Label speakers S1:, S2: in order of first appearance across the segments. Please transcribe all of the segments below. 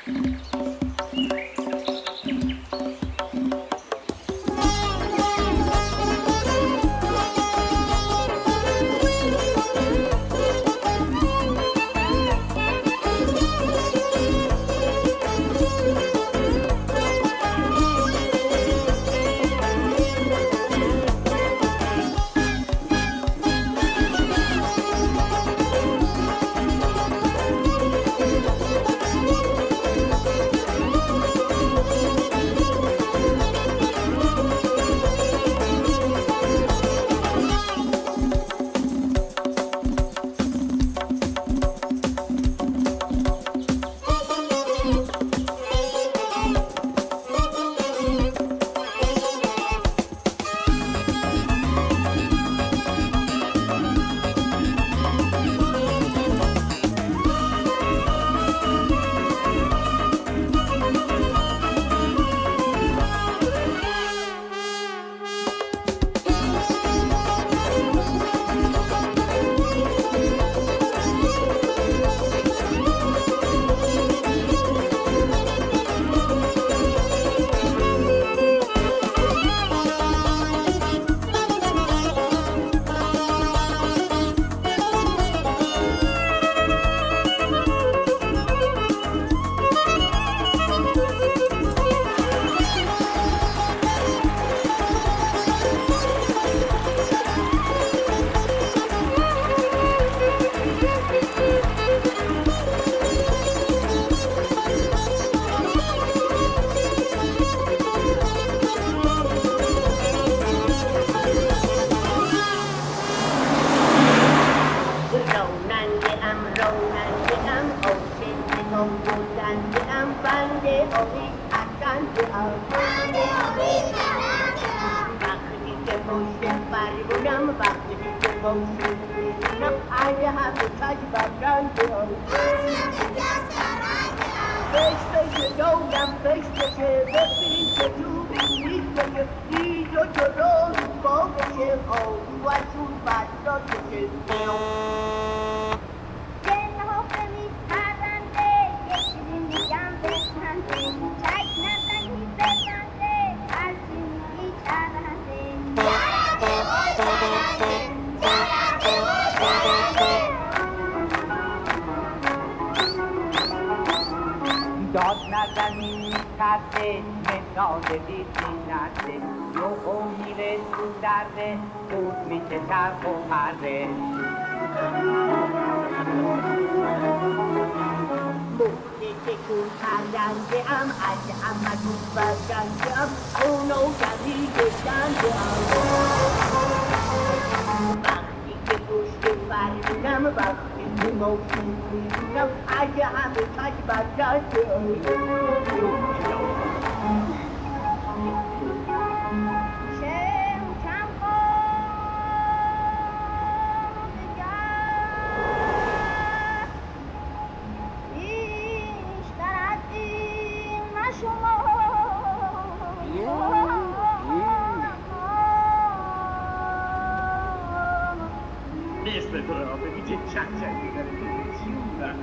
S1: داد نزنی میترسه مثال دیدی نرسه یوهو میره تو درده خود میشه چرخ و پره
S2: موقعی که کون پرنده ام از همه دو برگنده ام اونو جدید جنده وقتی که پشت فرمونم وقتی که موسیم میرونم اگه همه تک برگنده
S3: اسم تو را بگی چه چک چکی داره جونم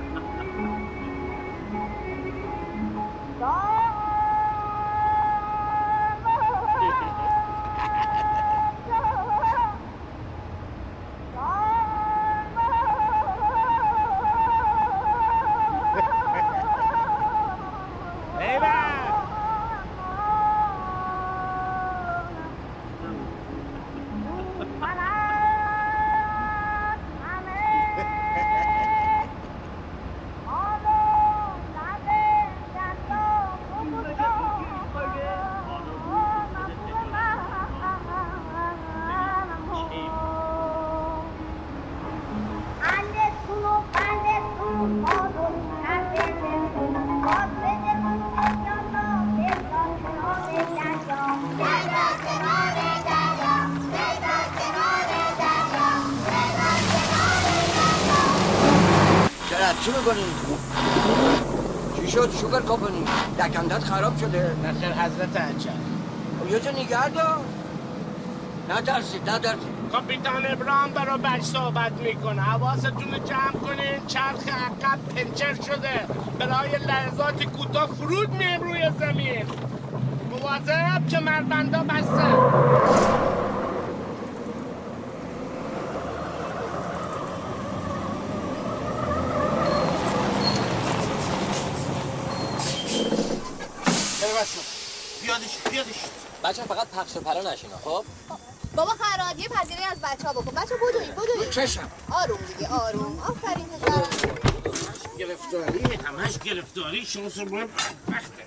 S4: چی میکنی؟ چی شد شوگر کمپانی؟ دکندت خراب شده؟
S5: نخیر حضرت عجل
S4: یه جا نگه دار نترسید
S5: کاپیتان ابراهام برا بچ صحبت میکنه. حواستون رو جمع کنین، چرخ عقب پنچر شده، برای لحظات کوتاه فرود میم روی زمین. مواظب که مربندا بسته. بیادش
S6: بچه فقط پخش و پلا نشینا. خب
S7: بابا خراد یه پذیرایی از بچه‌ها بکن. بچه بدوی
S4: چشم
S7: آروم دیگه آروم. آفرین پسر.
S5: همش گرفتاری شما سرمایه بدبخته.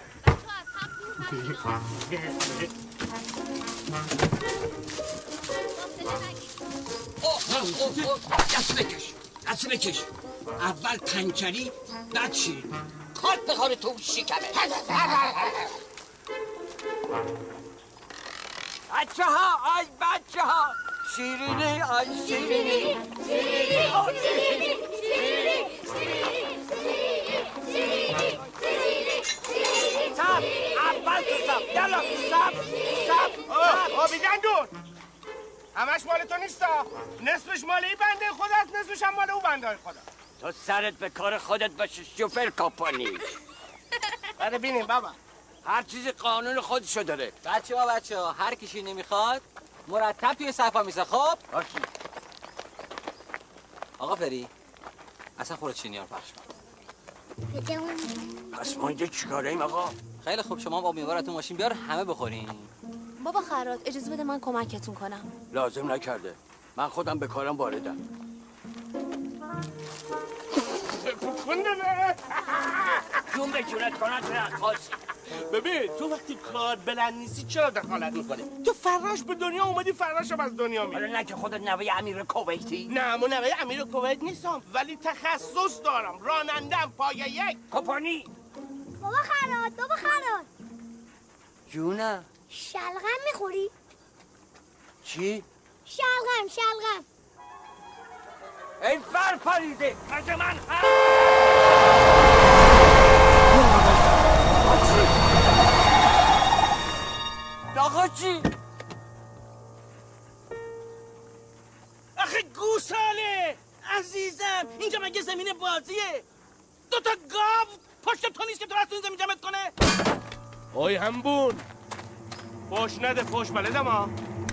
S4: دست بکش اول پنچری بعد شیرینی کارت بخوره تو شکمه. بچه ها شیرینی آی شیرینی سب اول تو سب یلا سب
S5: بیدن دور همش مال تو نیستا. نصفش مال این بنده خود است، نصفش هم مال او بنده خدا.
S4: تو سرت به کار خودت باشه شوفر کاپانی.
S5: بله بینیم بابا
S4: هر چیزی قانون خودشو داره.
S6: بچه ها هر کشی نمیخواد مرتب توی صفا میسه. خب
S4: باشی
S6: آقا فری اصلا خورد چینی ها رو پخش کن.
S4: پس ما اینجا چیکاره ایم آقا؟
S6: خیلی خوب شما هم آب میوه تو ماشین بیار همه بخورین.
S7: بابا خراد اجازه بده من کمکتون کنم.
S4: لازم نکرده، من خودم به کارم واردم. جون به جونت کنن چه خاصی.
S5: ببین تو وقتی کار بلند نیستی چرا دخالت میکنی؟ تو فراش به دنیا اومدی، فراشم از دنیا میری.
S4: حالا نه که خودت نوه امیر کویتی؟
S5: نه من نوه امیر کویت نیستم، ولی تخصص دارم، رانندم پایه یک.
S4: کپانی
S8: بابا خراد
S4: جونم
S8: شلغم میخوری؟
S4: چی؟
S8: شلغم
S4: ای فرپریده مگه من آقا چی؟
S5: آخه گوساله عزیزم، اینجا مگه زمین بازیه؟ 2 تا گاو پشت تو نیست که تو از این زمین جمعت کنه؟ اوی همبون فوش نده، فوش بلدم ها.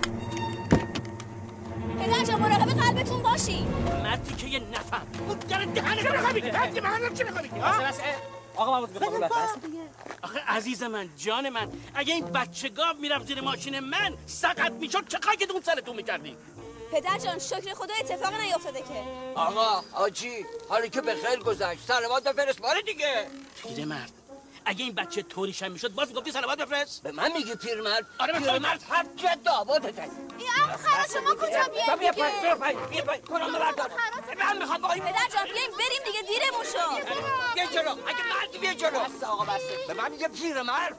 S7: پدر جان مراقب قلبتون باشی.
S5: مردی که یه نفهم اون در دهنه چه میخواه بگی؟ مردی محرم چه میخواه بگی؟
S6: آقا من بود
S5: آخه عزیز من جان من، اگه این بچه گاو میرفت زیر ماشین من سقط میشد چه خاکی دون سرتون میکردی؟
S7: پدر جان شکر خدا اتفاق نیافتاده که.
S4: آقا آجی حالا که به خیر گذشت سلامات بفرست باره دیگه.
S5: پیرمرد اگه این بچه طوریش هم میشد باز میگفتی سلامات بفرست؟
S4: به من میگی پیرمرد؟
S5: آره
S4: پیرمرد هر جد دعواتت هست.
S7: اما خراد شما کجا بیاییم
S4: بیا پای کنم ببردار. من میخوام باید
S7: پدر جان بیاییم بریم دیگه دیرمون شد.
S4: بیا جلو اگه مردی بیا جلو. بس آقا بس به من میگه پیرمرد.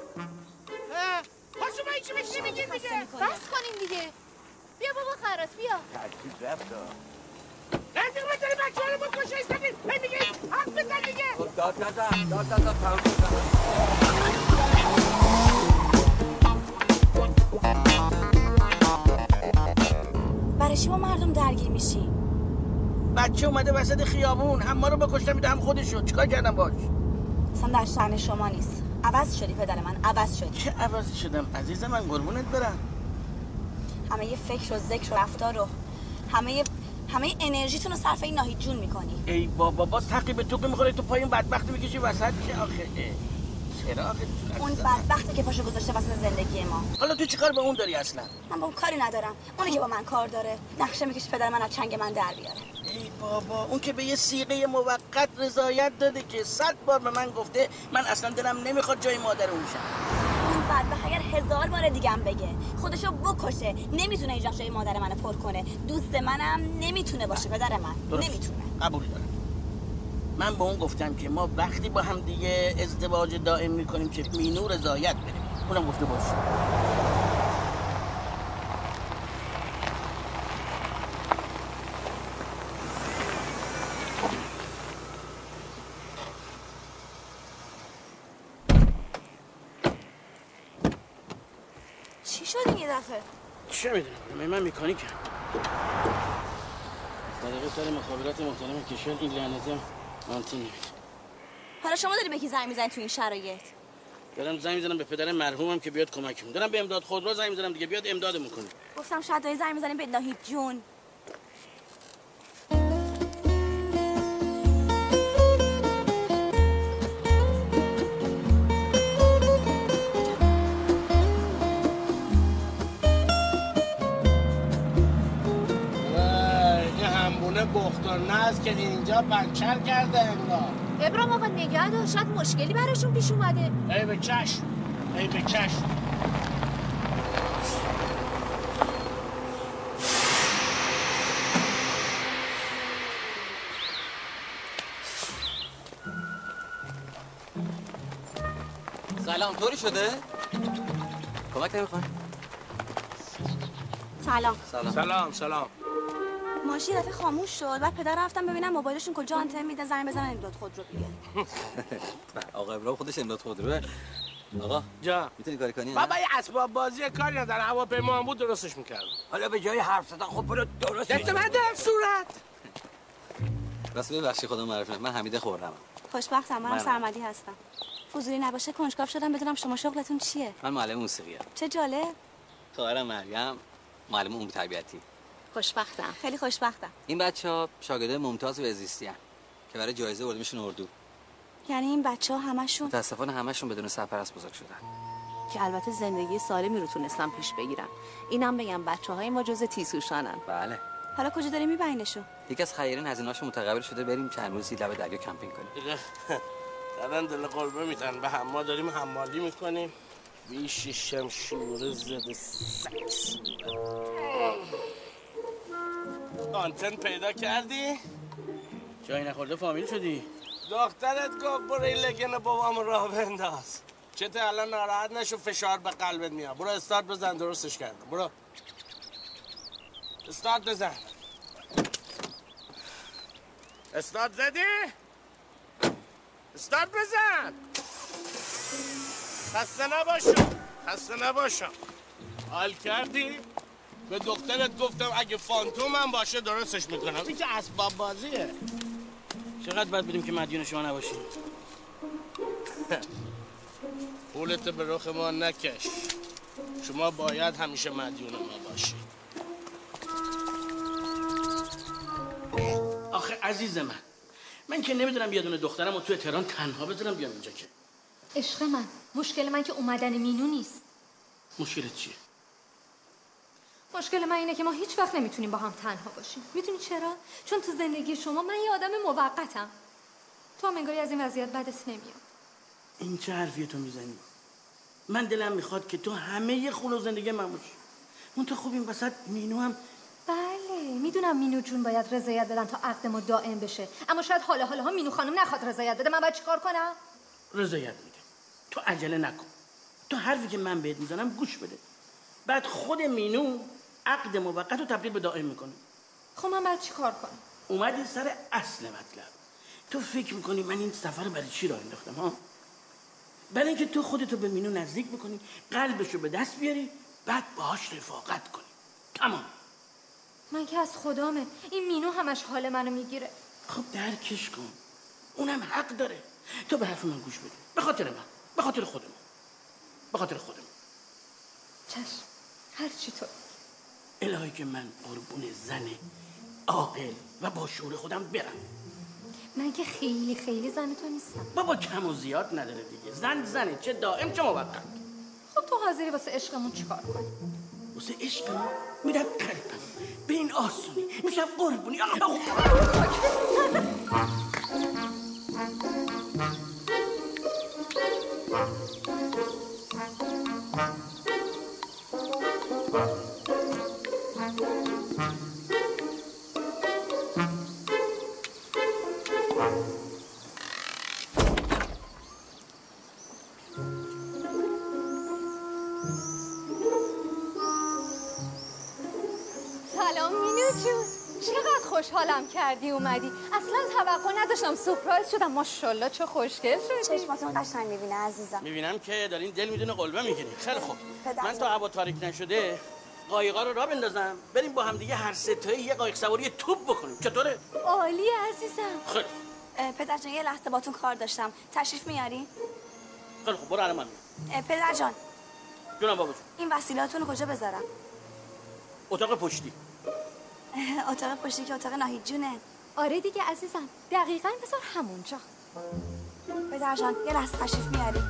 S5: پاشو با ایچی بشی میگی دیگه.
S7: بس کنیم دیگه. بیا بابا خراد بیا.
S4: ترکیب رفت
S5: نزدیق بزنی بچه ها رو بکشه ایستادی هی میگه حرف بزن دیگه.
S4: داد نزن تمام بزن.
S7: برای چی با مردم درگیر میشی؟
S5: بچه اومده وسط خیابون، هم ما رو بکشته میده هم خودشو. چیکار کردم باش؟
S7: اصلا در شأن شما نیست. عوض شدی پدر من، عوض شدی.
S5: چه عوض شدم عزیز من قربونت برم.
S7: همه یه فکر و ذکر و رفتار رو همه انرژیتون رو صرف این ناهید جون میکنی.
S5: ای بابا باز تقیب توقی میخوره تو پای این بدبختی میکشی وسط چه آخه؟ چرا آخه؟
S7: اون بدبختی که پاشو گذاشته وسط زندگی ما.
S5: حالا تو چیکار با اون داری اصلا؟
S7: من با اون کاری ندارم. اونی که با من کار داره نقشه میکشه پدر من از چنگ من در بیاره.
S5: ای بابا اون که به یه صیغه موقت رضایت داده که 100 بار به من گفته من اصلا دلم نمیخواد جای مادر اون شم.
S7: اون بدبخت اگر 1000 بار دیگه هم بگه خودشو بکشه نمیتونه هیچ جای مادر منو پر کنه. دوست منم نمیتونه باشه پدر من.
S5: درست.
S7: نمیتونه.
S5: قبول دارم. من به اون گفتم که ما وقتی با هم دیگه ازدواج دائم میکنیم که مینو رضایت بریم. اونم گفته باشه.
S7: چی شد این یه دفعه؟
S5: چه میدونم من مکانیکم. صدقه سر مخابرات محترم کشور این لعنتی هم مانتی نمید.
S7: حالا شما داری به کی زنگ میزنید تو این شرایط؟
S5: دارم زنگ میزنم به پدر مرحومم که بیاد کمکمون. دارم به امداد خودرو زنگ میزنم دیگه بیاد امدادمون کنه.
S7: گفتم شاید داری زنگ میزنیم به ناهید جون.
S5: بختار ناز که اینجا پنچر کرده انگار.
S9: ابراهیم آقا نگه دار، شاید مشکلی براشون پیش اومده.
S5: ای به چشم، ای به چشم.
S6: سلام، طوری شده؟ کمک نمیخوای؟
S7: سلام.
S5: سلام.
S7: ماشین رفت خاموش شد. بعد پدر رفتم ببینم موبایلشون کجا آنتن میده، زنگ بزنن امداد خودرو بیاد.
S6: آقا ابراهیم خودش امداد خودروه. آقا
S5: جا
S6: میتونی کاری کنی؟
S5: بابا یه اسباب بازی کاری نداره. هواپیما هم بود درستش میکردم.
S4: حالا به جای حرف زدن خب برو درست
S5: دست من در صورت.
S6: راست ببخشی خودم معرفی من حمیده خورمم.
S7: خوشبختم. منم سرمدی هستم. فضولی نباشه کنجکاو شدم بدونم شما شغلتون چیه.
S6: من معلم موسیقی‌ام.
S7: چه جالب.
S6: خواهرم مریم معلم علوم تربیتی.
S7: خوشبختم. خیلی خوشبختم.
S6: این بچه‌ها شاگرد ممتاز بهزیستی ان که برای جایزه بردیمشون اردو.
S7: یعنی این بچه‌ها همشون
S6: متأسفانه همشون بدون سرپرست بزرگ شدن.
S9: که البته زندگی سالمی رو تونستم پیش بگیرم. اینم بگم بچه‌های ما جز تیسوشانن.
S6: بله.
S7: حالا کجا داری میبرینشون؟
S6: یکی از خیرین هزینه‌اشو متقبل شده بریم چند روزی لب دریا کمپینگ کنیم.
S5: دادن دل قربه میتن به هم. ما داریم حمالی میکنیم. بیش شمشور زده سکس. آنتن پیدا کردی؟ جایی نخورده فامیل شدی؟ دخترت گفت برو این لگن بابام راه بنداز. چته الان ناراحت نشو، فشار به قلبت میاد. برو استارت بزن، درستش کردم. برو استارت بزن. استارت زدی؟ استارت بزن. خسته نباشم. حال کردی؟ به دخترت گفتم اگه فانتوم هم باشه درستش میکنم. این که اسباب بازیه. چقدر باید بدیم که مدیون شما نباشیم؟ پولت به رخ ما نکش. شما باید همیشه مدیون ما باشید. آخه عزیز من که نمیدونم یه دونه دخترم رو توی تهران تنها بذارم بیام اینجا که.
S9: عشق من، مشکل من که اومدن مینو نیست.
S5: مشکلت چیه؟
S9: مشکل من اینه که ما هیچ وقت نمیتونیم با هم تنها باشیم. میدونی چرا؟ چون تو زندگی شما من یه آدم موقتم. تو هم انگاری از این وضعیت بدت نمیاد.
S5: این چه حرفیه تو میزنی؟ من دلم میخواد که تو همه خونه و زندگی من باشی. اون تو خوب این وسط مینو هم.
S9: بله میدونم مینو جون باید رضایت بدن تا عقد ما دائم بشه، اما شاید حالا مینو خانم نخواد رضایت بده. من باید چیکار کنم؟
S5: رضایت میده. تو عجله نکن. تو حرفی که من بهت میزنم گوش بده. بعد خود مینو عقد موقت رو تبدیل به دائم میکنه.
S9: خب من باید چیکار کنم؟
S5: اومدی سر اصل مطلب. تو فکر میکنی من این سفر رو برای چی راه انداختم ها؟ برای اینکه تو خودتو به مینو نزدیک بکنی، قلبشو به دست بیاری، بعد باهاش رفاقت کنی. تمام.
S9: من که از خدامه. این مینو همش حال منو میگیره.
S5: خب درکش کن. اونم حق داره. تو به حرف من گوش بده. به خاطر من، به خاطر خودمون.
S9: چشم. هر چی تو.
S5: الهی که من قربون زن عاقل و با شعور خودم برم.
S9: من که خیلی زن تو نیستم.
S5: بابا کم و زیاد نداره دیگه. زنه، چه دائم چه موقت.
S9: خب تو حاضری واسه عشقمون چیکار کنی؟
S5: واسه عشقمون میرم قلبم به این آسونی میشم قربونی.
S9: خوشحالم کردی اومدی. اصلا توقع نداشتم. سورپرایز شدم. ماشاءالله چه خوشگل شدی.
S7: چشماتون قشنگ میبینه عزیزم.
S5: میبینم که دارین دل میدونه قلبه میگیری. خیلی خوب. من تا هوا تاریک نشده قایقا رو راه بندازم بریم با هم دیگه هر ستایی یه قایق سواری توپ بکنیم. چطوره؟
S9: عالی عزیزم.
S5: خیلی
S7: پدر جان یه لحظه باتون کار داشتم. تشریف میاری؟
S5: خیلی خوب برو الان من میام.
S7: پدر جان
S5: جونم بابا جون.
S7: این وسیله‌هاتون رو کجا بذارم؟
S5: اتاق پشتی.
S7: اتاق پشتی که اتاق ناهید جونه.
S9: آره دیگه عزیزم، دقیقاً بذار همونجا.
S7: پدر جان یه لحظه تشریف میاری؟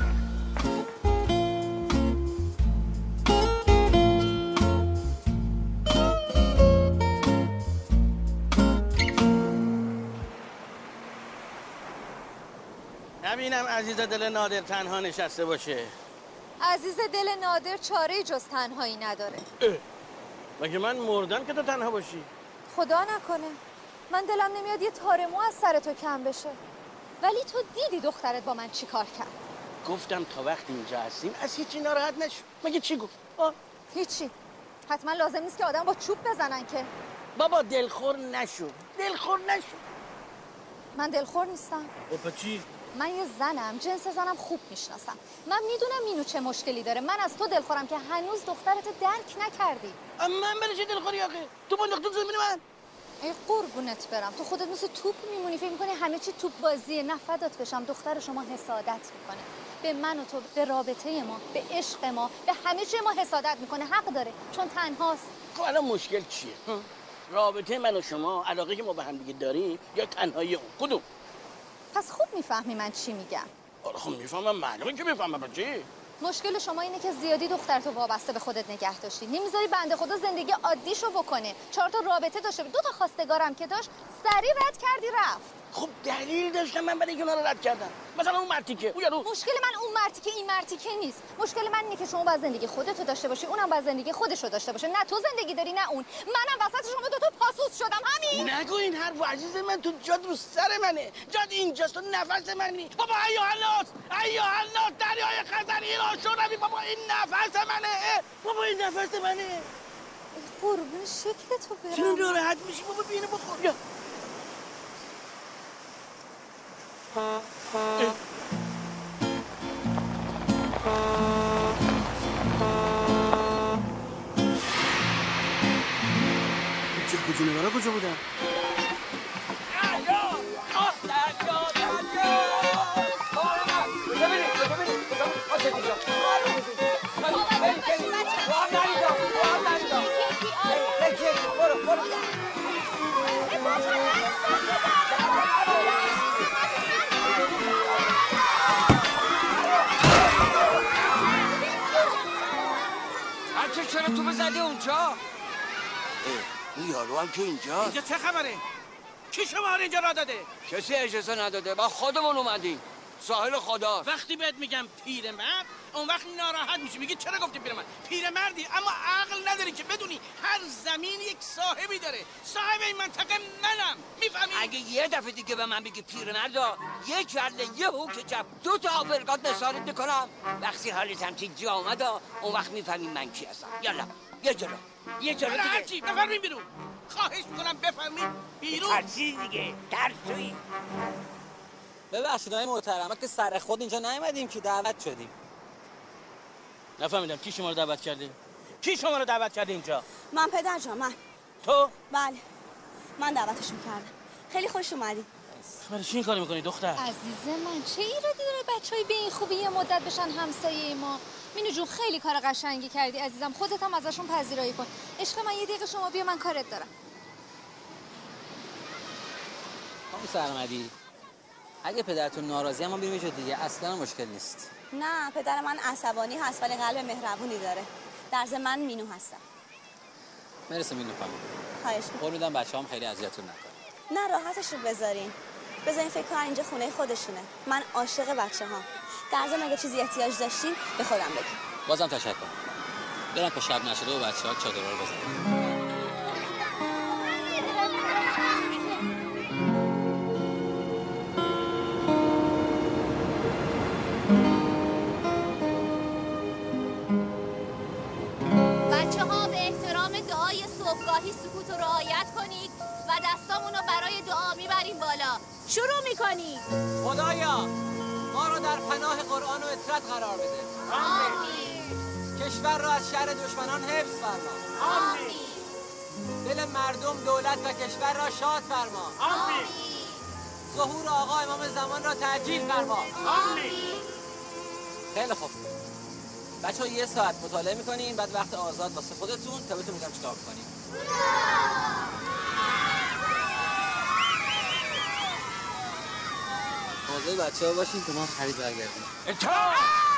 S5: نبینم عزیز دل نادر تنها نشسته باشه.
S9: عزیز دل نادر چاره جز تنهایی نداره.
S5: مگه من مردم که تو تنها باشی؟
S9: خدا نکنه. من دلم نمیاد یه تار مو از سر تو کم بشه. ولی تو دیدی دخترت با من چی کار کرد؟
S5: گفتم تا وقتی اینجا هستیم از هیچی ناراحت نشو. مگه چی گفت؟
S9: هیچی. حتما لازم نیست که آدم با چوب بزنن که.
S5: بابا دلخور نشو. دلخور نشو.
S9: من دلخور نیستم.
S5: بابا چی؟
S9: من یه زنم، جنس زنم خوب میشناسم. من میدونم اینو چه مشکلی داره. من از تو دلخورم که هنوز دخترت درک نکردی.
S5: من برای چه دلخوری آخه؟ تو با انداختی زمین من.
S9: ای قربونت برم. تو خودت مثل توپ میمونی، فکر میکنی همه چی توپ بازیه. نه فدات بشم. دختر شما حسادت میکنه. به من و تو، به رابطه ما، به عشق ما، به همه چی ما حسادت میکنه. حق داره چون تنهاست.
S5: خب الان مشکل چیه؟ رابطه من و شما، علاقه که ما به هم دیگه داریم یا تنهایی اون؟ کدوم؟
S9: پس خوب میفهمی من چی میگم.
S5: آره خب میفهمم. معلومه که میفهمم. بچه
S9: مشکل شما اینه که زیادی دخترتو وابسته به خودت نگه داشتی. نمیذاری بنده خدا زندگی عادیشو بکنه. 4 تا رابطه داشته، 2 تا خواستگارم که داشت، سریع رد کردی رفت.
S5: خب دلیل داشتم من برای اینکه اونا رو رد کردم. مثلا اون مرتیکه اون یارو.
S9: مشکل من اون مرتیکه این مرتیکه نیست. مشکل من اینه که شما باید زندگی خودتو داشته باشی، اونم باید زندگی خودشو داشته باشه. نه تو زندگی داری نه اون. منم وسط شما 2 تا پاسوس شدم. همین.
S5: نگو این حرف عزیز من. تو جاد رو سر منه. جاد اینجاست. تو نفس منی. بابا ایها الناس دریای خزری را شوروی. بابا این نفس منه. بابا این نفس منه.
S9: قربون شکل تو برم.
S5: چون راحت میشی بابا بینو بخور. یا چه کجونه برای کجا بودن؟
S4: چرا تو بزدی اونجا؟
S5: این یارو هم که اینجا
S4: چه خبره؟ کی شما رو اینجا را داده؟ کسی اجازه نداده. با خودمون اومدیم. ساحل خداست.
S5: وقتی بهت میگم پیرمرد اون وقت ناراحت میشی. میگی چرا گفتی پیرمرد؟ پیرمردی اما عقل نداری که بدونی هر زمین یک صاحبی داره. صاحب این منطقه منم. میفهمی؟
S4: اگه یه دفعه دیگه به من بگی پیرمردا یه کله یه هوک چپ 2 تا آفرگات نثارت میکنم. وقتی حالت همچین جا اومده اون وقت میفهمی من کی هستم. یالا یه جلو دیگه.
S5: هرچی بفرمین بیرون. خواهش میکنم بفرمین بیرون.
S4: ترسی دیگه. ترسوی.
S6: ببخشید آقای محترم، ما که سر خود اینجا نیومدیم که دعوت شدیم.
S5: نفهمیدم کی شما رو دعوت کرده؟ کی شما رو دعوت کرده اینجا؟
S7: من پدر جان. من.
S5: تو؟
S7: بله من دعوتشون کردم. خیلی خوش اومدی.
S5: برای چی این کارو میکنی دختر؟
S9: عزیز من چه ایرادی داره بچهای به این خوبی یه مدت بشن همسایه ما؟ مینو جون خیلی کار قشنگی کردی عزیزم. خودت هم ازشون پذیرایی کن. عشق من یه دقیقه شما بیا، من کارت دارم.
S6: خانم سرمدی اگه پدرتون ناراضیه ما بریم یه جا دیگه. اصلا مشکل نیست.
S7: نه پدر من عصبانی هست ولی قلب مهربونی داره. در ضمن من مینو هستم.
S6: مرسی مینو خانم.
S7: خواهش می‌کنم.
S6: قول میدم بچه‌هام خیلی اذیتتون نکنه.
S7: نه راحتش رو بذارین فکر کنن اینجا خونه خودشونه. من عاشق بچه‌هام. در ضمن اگه چیزی احتیاج داشتین به خودم بگین.
S6: بازم تشکر. برم تا شب نشده و بچه‌ها چادرها رو بزنن.
S10: بچه‌ها به احترام دعای صبحگاهی سکوت رو رعایت کنید و دستامونو برای دعا میبریم بالا. شروع میکنید.
S6: خدایا ما رو در پناه قرآن و اطرت قرار بده.
S10: آمین.
S6: کشور را از شر دشمنان حفظ فرما.
S5: آمین.
S6: دل مردم، دولت و کشور را شاد فرما.
S5: آمین.
S6: ظهور آقا امام زمان را تعجیل فرما.
S5: آمین.
S6: خیلی خوب. بچه‌ها 1 ساعت مطالعه می‌کنین، بعد وقت آزاد واسه خودتون تا بهتون میگم چیکار کنین. مواظب بچه‌ها باشین که ما خرید برگردیم.
S5: اطاعت!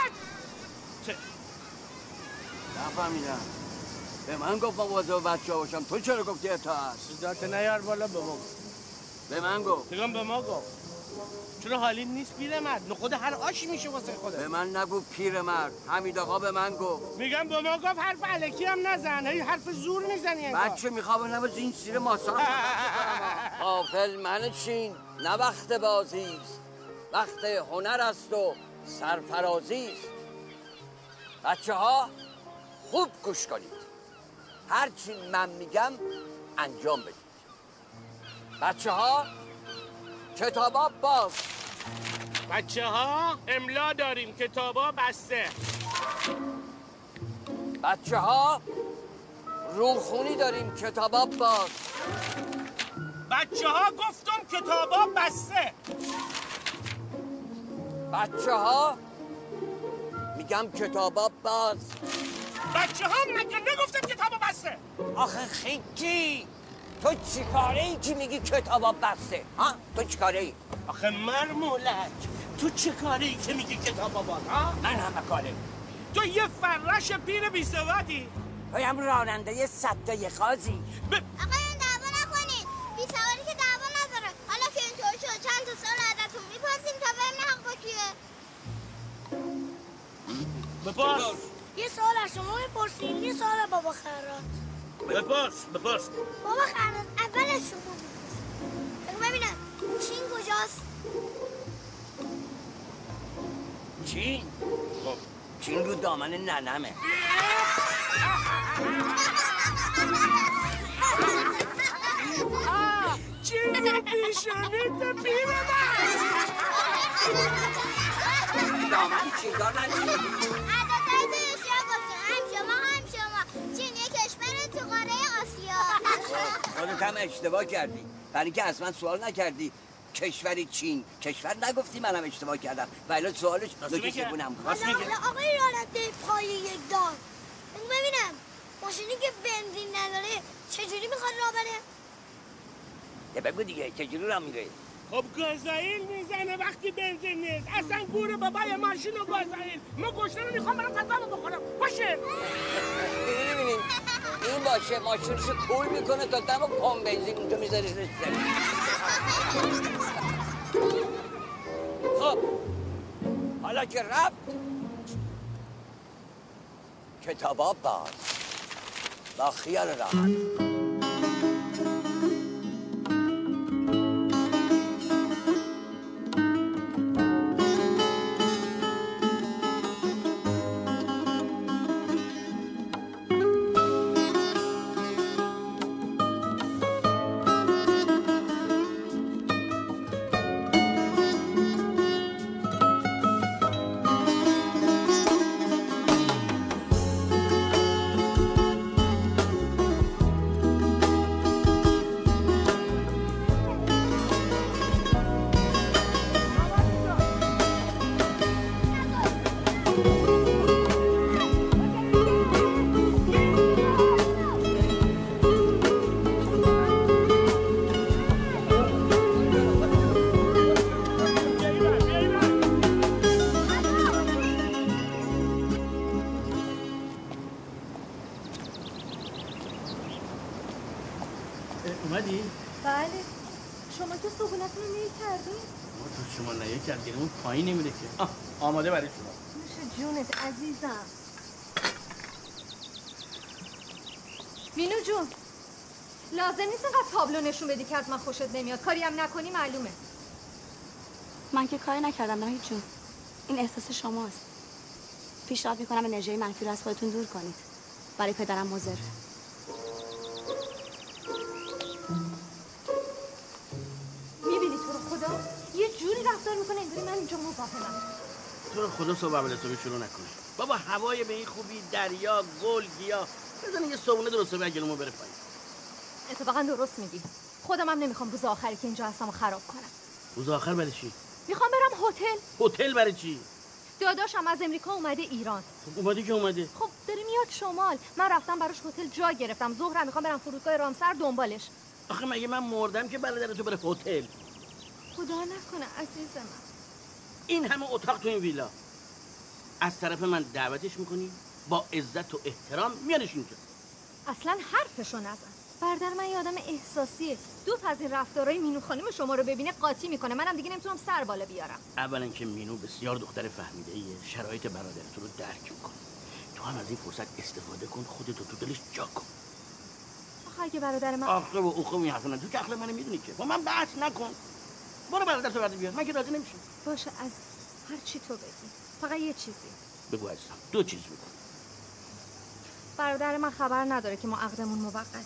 S11: نفهمیدم. به من گفت مواظب بچه‌ها باشم، تو چرا گفتی اطاعت؟
S5: صدات نیار بالا به ما.
S11: به من گفت.
S5: بگم به ما گفت. چرا حالی نیست پیرمرد؟ نخود هر آشی میشه واسه خودت.
S11: به من نگو پیرمرد. حمید آقا به من گفت.
S5: میگم به ما گفت، حرف الکی هم نزن. هی حرف زور میزنی انگار.
S11: بچه میخوام نباز این سیر ماسان. غافل منشین، نه وقت بازی است. وقت هنر است و سرفرازی است. بچه‌ها خوب گوش کنید. هر چی من میگم انجام بدید. بچه‌ها کتابا باز.
S5: بچه‌ها املا داریم، کتابا بسته.
S11: بچه‌ها روخونی داریم، کتابا باز.
S5: بچه‌ها گفتم کتابا بسته.
S11: بچه‌ها میگم کتابا باز.
S5: بچه‌ها مگه نگفتم کتابا بسته؟
S11: آخه خیکی تو چی کاره ای که میگی کتابا بسته؟ ها؟ تو چی کاره ای؟
S5: آخه مرمولک تو چه کاری که میگی کتابا باز؟ ها؟
S11: من همه کاره.
S5: تو یه فرش پیر بیسوادی.
S11: تویم راننده صدای قاضی.
S8: آقایون دعوا نکنید. بیسواری که دعوا نداره. حالا که اینطور شد چند تا سال ازتون میپرسیم تا ببینیم حق با کیه.
S5: بپرس.
S8: یه سوال از شما میپرسیم، یه سوال از بابا خرات.
S5: بپرس.
S8: بابا خرات اول از شما میپرسیم. بگو ببینم چین کجاست؟
S11: چین؟ خب چین رو دامن ننمه.
S5: چین رو پیشونیت پیر من.
S11: دامن چین دامن چین.
S8: عددهای دوشیا گفتم. هم شما. چین یه کشور تو قاره آسیا.
S11: خودت هم اشتباه کردی. برای که از من سوال نکردی کشوری چین. کشور نگفتی، منم اشتباه کردم. ولی سوالش لوکیشنم بود.
S8: حالا آقای راننده پای یک دار. بگو ببینم ماشینی که بنزین نداره چجوری میخواد راه بره؟
S11: یه بگو دیگه چجوری راه میره؟
S5: خب گازائیل میزنه وقتی بنزین نیست. اصلا گور بابای ماشین و گازائیل. ما گوشته رو میخوام برم غذامو بخورم. باشه.
S11: ببینید این باشه ماشینشو کول میکنه تا دم پمپ بنزین اونجا میذاری روش. خب حالا که رفت کتابا باز با خیال راحت.
S5: اومدی؟
S9: بله. شما که صبونتون رو نیل کردین؟
S5: ما تو شما نیل کردین اون پایین نمیره که. آماده برای شما.
S9: نوش جونت عزیزم. مینو جون لازم نیست اینقدر تابلو نشون بدی که از من خوشت نمیاد. کاری هم نکنی معلومه.
S7: من که کاری نکردم ناهید جون. این احساس شماست. پیشنهاد میکنم انرژی منفی رو از خودتون دور کنید. برای پدرم مضر.
S9: میبینی تو رو خدا یه جوری رفتار میکنه انگاری من اینجا مزاحمم.
S5: تو رو خدا صبح اول صبح شروع نکنی. بابا هوای به این خوبی، دریا، گل، گیاه. بزن یه صبونه درست به گلومو بره پایین.
S9: اتفاقا درست میگی. خودم هم نمیخوام روز آخری که اینجا هستم خراب کنم.
S5: روز آخر برای چی؟
S9: میخوام برم هتل.
S5: هتل برای چی؟
S9: داداشم از امریکا اومده ایران.
S5: خب اومده که اومده.
S9: خب داره میاد شمال. من رفتم براش هتل جا گرفتم. ظهرم میخوام برم فرودگاه رامسر دنبالش.
S5: آخه مگه من مردم که برادرتو بره هتل؟
S9: خدا نکنه عزیز من.
S5: این همه اتاق تو این ویلا. از طرف من دعوتش میکنی؟ با عزت و احترام میانش اینجا.
S9: اصلا حرفشو نزن. برادر من یه آدم احساسیه. دو تا از این رفتارهای مینو خانم شما رو ببینه قاطی میکنه. منم دیگه نمیتونم سر بالا بیارم.
S5: اولا که مینو بسیار دختر فهمیده‌ایه، شرایط برادرت رو درک میکنه. تو هم از این فرصت استفاده کن، خودتو تو دلش جا کن.
S9: آخه اگه برادر من
S5: آخه و اوخه این حرفا تو که عقل منو میدونی که. با من بحث نکن. برو برادرتو برد بیار. من که راضی نمیشم.
S9: باشه از هر چی تو بگی. فقط یه چیزی.
S5: بگو عزیزم. دو چیز بگو.
S9: برادر من خبر نداره که ما عقدمون موقته.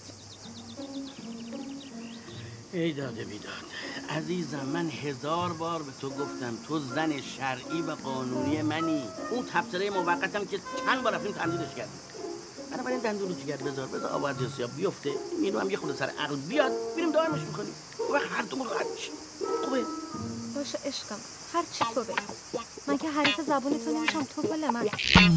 S5: ای داده بیداد عزیزم، من 1000 بار به تو گفتم تو زن شرعی و قانونی منی. اون تبصره موقتم که چند بار رفتیم تمدیدش کردیم. بنابراین دندون رو جگر بذار آب از حساب بیفته، مینو هم یه خود سر عقل بیاد، میریم دائمش میکنیم. وقت هر دومون راحت میشیم. خوبه؟
S9: باشه عشقم، هر چی تو بگی. من که حریف زبون تو نمیشم، تو گل من.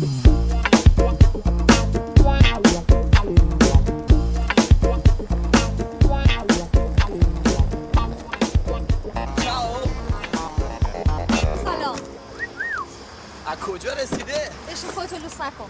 S10: سلام.
S6: از کجا رسیده؟
S10: بشین خودتو لوس نکن.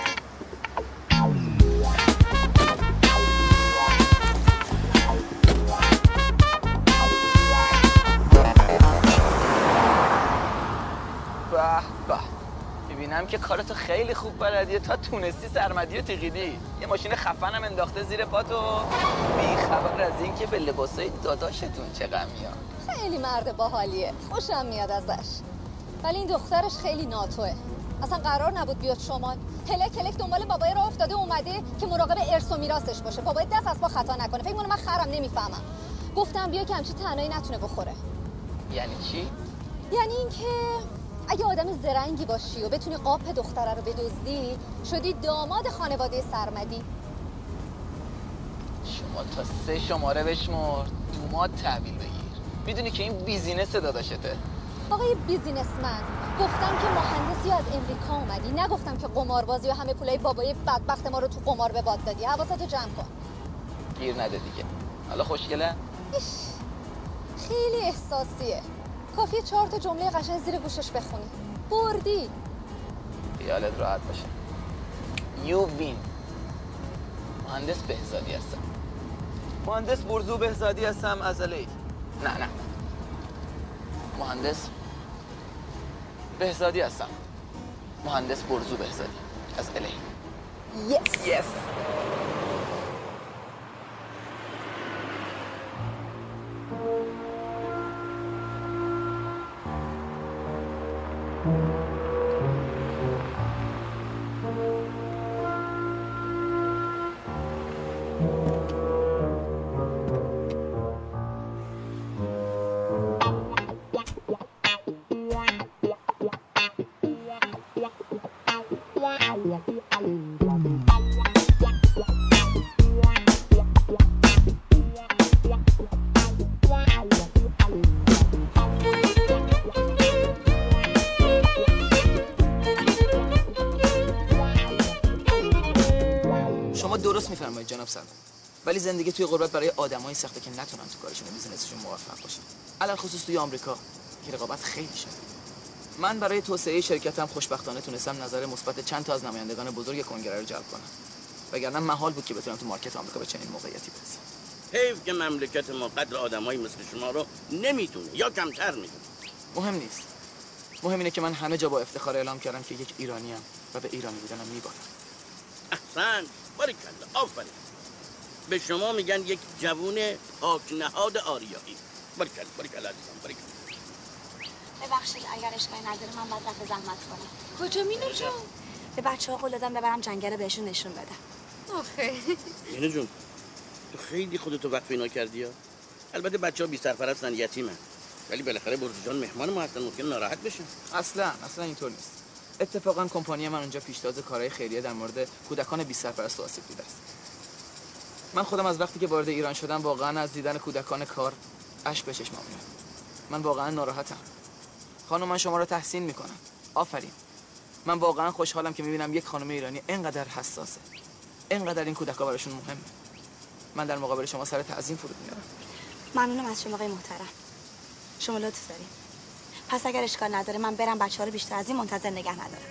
S6: به میبینم که کارتو خیلی خوب بلدیه، تا تونستی سرمدی و تیغیدی. یه ماشین خفنم انداخته زیر پاتو، بی خبر از این که به لباسای داداشتون چه غمیه.
S9: خیلی مرد باحالیه، خوشم میاد ازش. ولی این دخترش خیلی ناتوه. اصلا قرار نبود بیاد شمال. هلک دنبال بابای راه افتاده اومده که مراقب ارث و میراثش باشه. بابای دست از پا خطا نکنه. فکر کنه من خرم نمیفهمم. گفتم بیا که همچین تنهایی نتونه بخوره.
S6: یعنی چی؟
S9: یعنی اینکه اگه آدم زرنگی باشی و بتونی قاپ دختره رو بدزدی، شدی داماد خانواده سرمدی.
S6: شما تا 3 شماره بشمر، دوماد تحویل بگیر. میدونی که این بیزینس داداشته.
S9: آقای بیزینسمن، گفتم که مهندسی از امریکا اومدی، نگفتم که قماربازی و همه پولای بابای بدبخت ما رو تو قمار به باد دادی. حواستو جمع کن.
S6: گیر نده دیگه. حالا خوشگله؟
S9: خیلی احساسیه. کافیه 4 تا جمله قشنگ زیر گوشش بخونی. بردی.
S6: خیالت راحت باشه. You win. مهندس بهزادی هستم. مهندس برزو بهزادی هستم از الی. نه مهندس بهزادی هستم. مهندس برزو بهزادی از الی. Yes. درست میفرمایید جناب سلطان، ولی زندگی توی غربت برای آدمایی سخته که نتونن تو کارشون و بیزنسشون موفق باشن، علل خصوص توی آمریکا که رقابت خیلی شده. من برای توسعه شرکتم خوشبختانه تونستم نظر مثبت چند تا از نمایندگان بزرگ کنگره رو جلب کنم، وگرنه محال بود که بتونم تو مارکت آمریکا به چنین موقعیتی برسم.
S5: حیف که مملکت ما قدر آدمایی مثل شما رو نمیدونه یا کمتر میدونه.
S6: مهم نیست. مهم اینه که من همه جا با افتخار اعلام کردم که یک ایرانی ام و به ایرانی بودنم میبالم.
S5: احسن، باریکلا، آفرین. به شما میگن یک جوون پاک نهاد آریایی. باریکلا عزیزم، باریکلا.
S7: ببخشید اگر اشکالی نداره من باید رفت زحمت کنم.
S10: کجا مینو جون؟
S7: به بچه‌ها قول دادم ببرم جنگل بهشون نشون بدم.
S10: آخه
S5: مینو جون، تو خیلی خودتو وقف اینا کردی ها. البته بچه‌ها بی سرپرستن، یتیمن، ولی بالاخره برزو جان مهمان ما هستن، ممکن ناراحت بشن.
S6: اصلا اینطور نیست. اتفاقا کمپانی من اونجا پیشتاز کارهای خیریه در مورد کودکان بی سرپرست و آسیب دیده است. من خودم از وقتی که وارد ایران شدم واقعا از دیدن کودکان کار اشک به چشمام میاد. من واقعا ناراحتم. خانم من شما رو تحسین میکنم. آفرین. من واقعا خوشحالم که میبینم یک خانم ایرانی اینقدر حساسه. اینقدر این کودکا براشون مهمه. من در مقابل شما سر تعظیم فرود میارم.
S7: ممنونم از شما آقای محترم. شما لطف دارین. پس اگر اشکال نداره من برم بچه‌ها رو بیشتر از این منتظر نگه ندارم.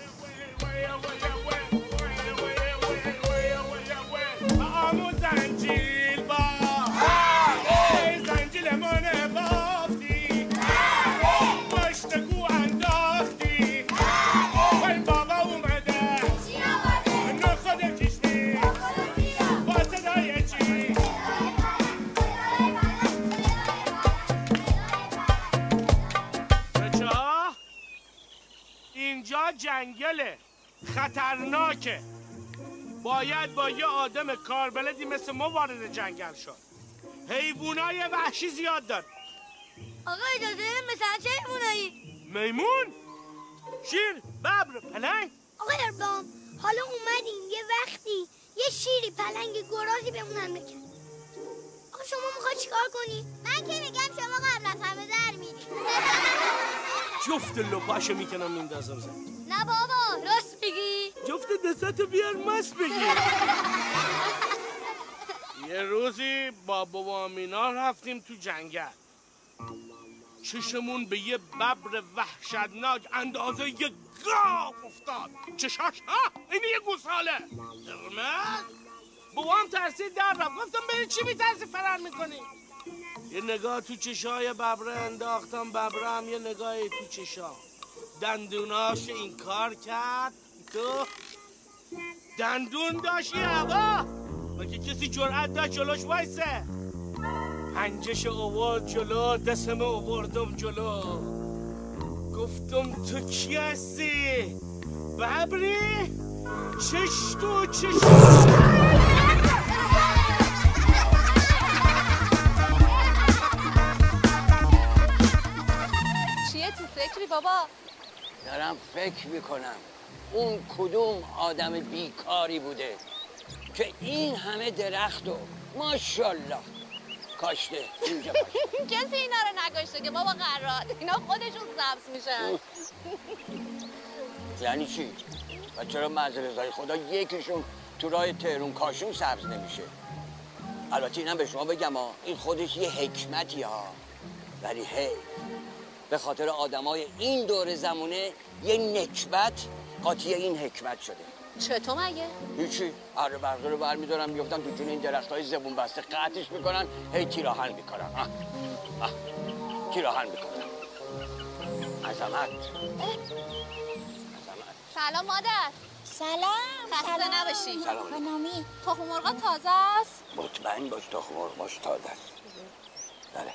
S5: اینجا جنگله، خطرناکه. باید با یه آدم کاربلدی مثل ما وارد جنگل شد. حیوانای وحشی زیاد داره.
S8: آقا اجازه مثلا چه حیوانایی؟
S5: میمون، شیر، ببر، پلنگ.
S8: آقا اربام حالا اومدیم یه وقتی یه شیری پلنگ گرازی بهمون حمله کرد. آقا شما میخوای چیکار کنی؟ من که میگم شما قبل از همه در میری.
S5: جفت لپاشو میکنم میندازم زن.
S8: نه بابا راست میگی؟
S5: جفت دستاتو بیار مست بگی. یه روزی با بابا امینا رفتیم تو جنگل. چشمون به یه ببر وحشتناک اندازه یه گاو افتاد. چشاش ها اینه یه گوساله قرمز. بابام ترسید در رفت. گفتم بری چی میترسی فرار میکنی؟ یه نگاه تو چشای ببره انداختم. ببره هم یه نگاهی تو چشا. دندوناش این کار کرد. تو دندون داشت یه هوا مگه کسی جرأت داشت جلوش وایسه؟ پنجش آورد جلو، دستم آوردم جلو. گفتم تو کی هستی؟ ببری؟ چش تو چش.
S9: چیه تو فکری بابا؟
S11: دارم فکر میکنم اون کدوم آدم بیکاری بوده که این همه درخت و ماشاءالله کاشته اینجا باشه.
S10: کسی اینا رو نکاشته که بابا قرار اینا خودشون سبز میشن.
S11: یعنی چی؟ و چرا منزل خدا یکیشون تو راه تهرون کاشون سبز نمیشه؟ البته اینم به شما بگم این خودش یه حکمتی ها، ولی هی به خاطر آدمای این دور زمونه یه نکبت قاطی این حکمت شده.
S10: چطور مگه؟
S11: هیچی. اره برقه رو برمیدارن میفتن تو جون این درختای زبون بسته قطعش میکنن، هی تیراهن میکنن. تیراهن میکنن. عظمت.
S10: سلام مادر.
S8: سلام.
S10: خسته نباشی.
S11: سلام.
S8: خانمی
S10: تخم مرغا تازه است؟
S11: مطمئن باش تخم مرغاش تازه است. بله.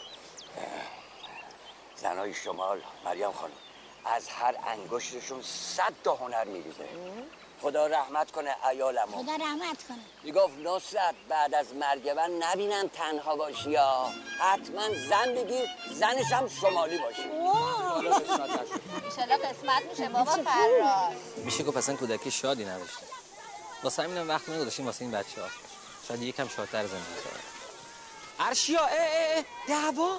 S11: زنای شمال مریم خانم از هر انگشتشون 100 تا هنر میریزه. خدا رحمت کنه عیالمو.
S8: خدا رحمت کنه.
S11: میگفت نصرت بعد از مرگ من نبینم تنها باشی یا حتما زن بگیر، زنش هم شمالی باشی.
S10: ایشالا قسمت میشه بابا فراز.
S12: میشه گفت اصلا کودکی شادی نداشتیم. واسه همینم وقت نگذاشتیم واسه این بچه‌ها. شاید یکم شادتر زندگی کنن. ارشیا دعوا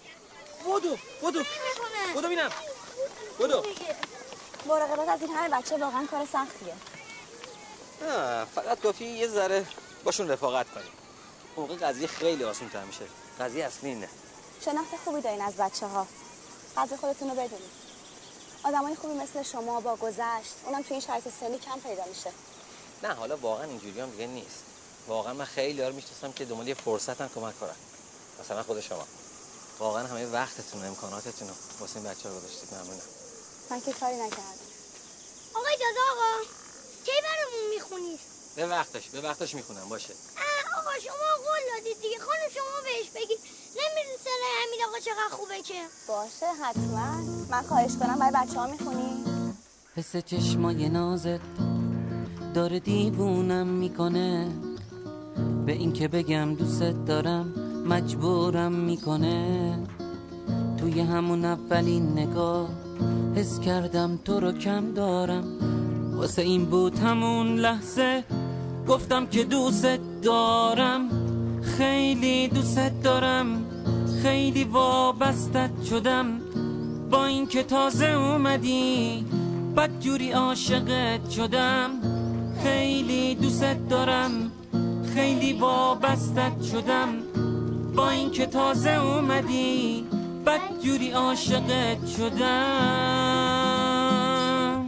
S12: بدو ببینم. بدو.
S7: مراقبت از این همه بچه واقعا کار سختیه.
S12: نه فقط کافی یه ذره باشون رفاقت کنیم. موقع قضیه خیلی آسان‌تر میشه. قضیه اصلی اینه.
S7: شناخت خوبی دارین از بچه‌ها. قدر خودتون رو بدونید. آدمای خوبی مثل شما با گذشت، اونم تو این شرایط سنی کم پیدا میشه.
S12: نه حالا واقعا اینجوری هم دیگه نیست. واقعا من خیلی ها رو میشناسم که دنبال یه فرصتن کمک کنن. مثلا خود شما. واقعا همه وقتتون و امکاناتتون رو واسه این بچه‌ها گذاشتید. ممنونم.
S7: من که کاری نکردم.
S8: آقا اجازه آقا کی برامون میخونید؟
S12: به وقتش میخونم باشه.
S8: آقا شما قول دادید دیگه، خانم شما بهش بگید نمی‌دونی همین آقا چقدر خوبه که.
S7: باشه حتما. من خواهش کنم برای بچه‌ها میخونی؟
S13: حس چشمای نازت داره دیوونم میکنه، به این که بگم دوست دارم مجبورم میکنه. توی همون اولین نگاه حس کردم تو رو کم دارم. واسه این بود همون لحظه گفتم که دوست دارم. خیلی دوست دارم، خیلی وابستت شدم. با این که تازه اومدی بدجوری عاشقت شدم. خیلی دوست دارم، خیلی وابستت شدم. با این که تازه اومدی بدجوری عاشقت شدم.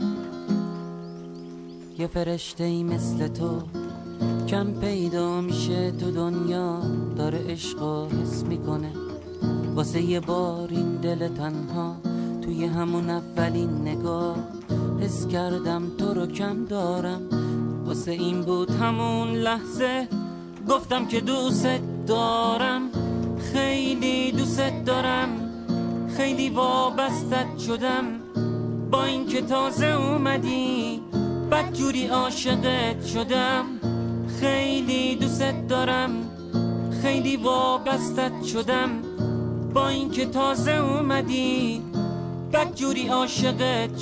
S13: یه فرشته‌ای مثل تو کم پیدا میشه تو دنیا. داره عشقو حس میکنه واسه یه بار این دل تنها. توی همون اولین نگاه حس کردم تو رو کم دارم. واسه این بود همون لحظه گفتم که دوست دارم. خیلی دوست دارم، خیلی وابستت شدم. با این که تازه اومدی بدجوری عاشقت شدم. خیلی دوست دارم، خیلی وابستت شدم. با این که تازه اومدی بدجوری عاشقت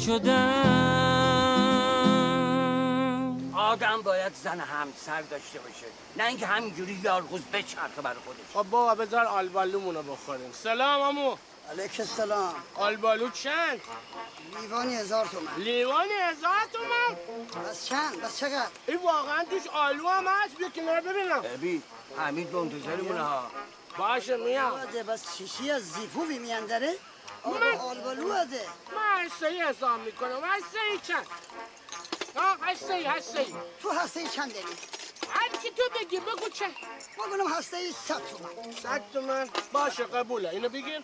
S13: شدم.
S4: آدم باید زن همسر داشته باشه، نه اینکه همینجوری یارغوز بچرخه برای خودش.
S5: خب بابا بذار آلبالومونو بخوریم. سلام عمو.
S14: علیک السلام.
S5: آلبالو چند؟
S14: لیوانی 1000 تومن.
S5: لیوانی 1000 تومن؟
S14: بس چند؟ بس چقدر؟
S5: این واقعا توش آلو هم هست؟ بیا کنار ببینم.
S4: ببین حمید منتظرمونه ها.
S5: باشه میام.
S14: بس شیشی از زیفوی میاندره؟ آلبالو هده.
S5: من هسته‌ای حساب میکنم. هسته‌ای چند؟ ها هسته‌ای.
S14: تو هسته‌ای چند داری؟
S5: هر کی تو بگی بگو چند؟
S14: ما گفتم هسته‌ای 100 تومن.
S5: 100 تومن؟ باشه قبوله. اینو بگیر.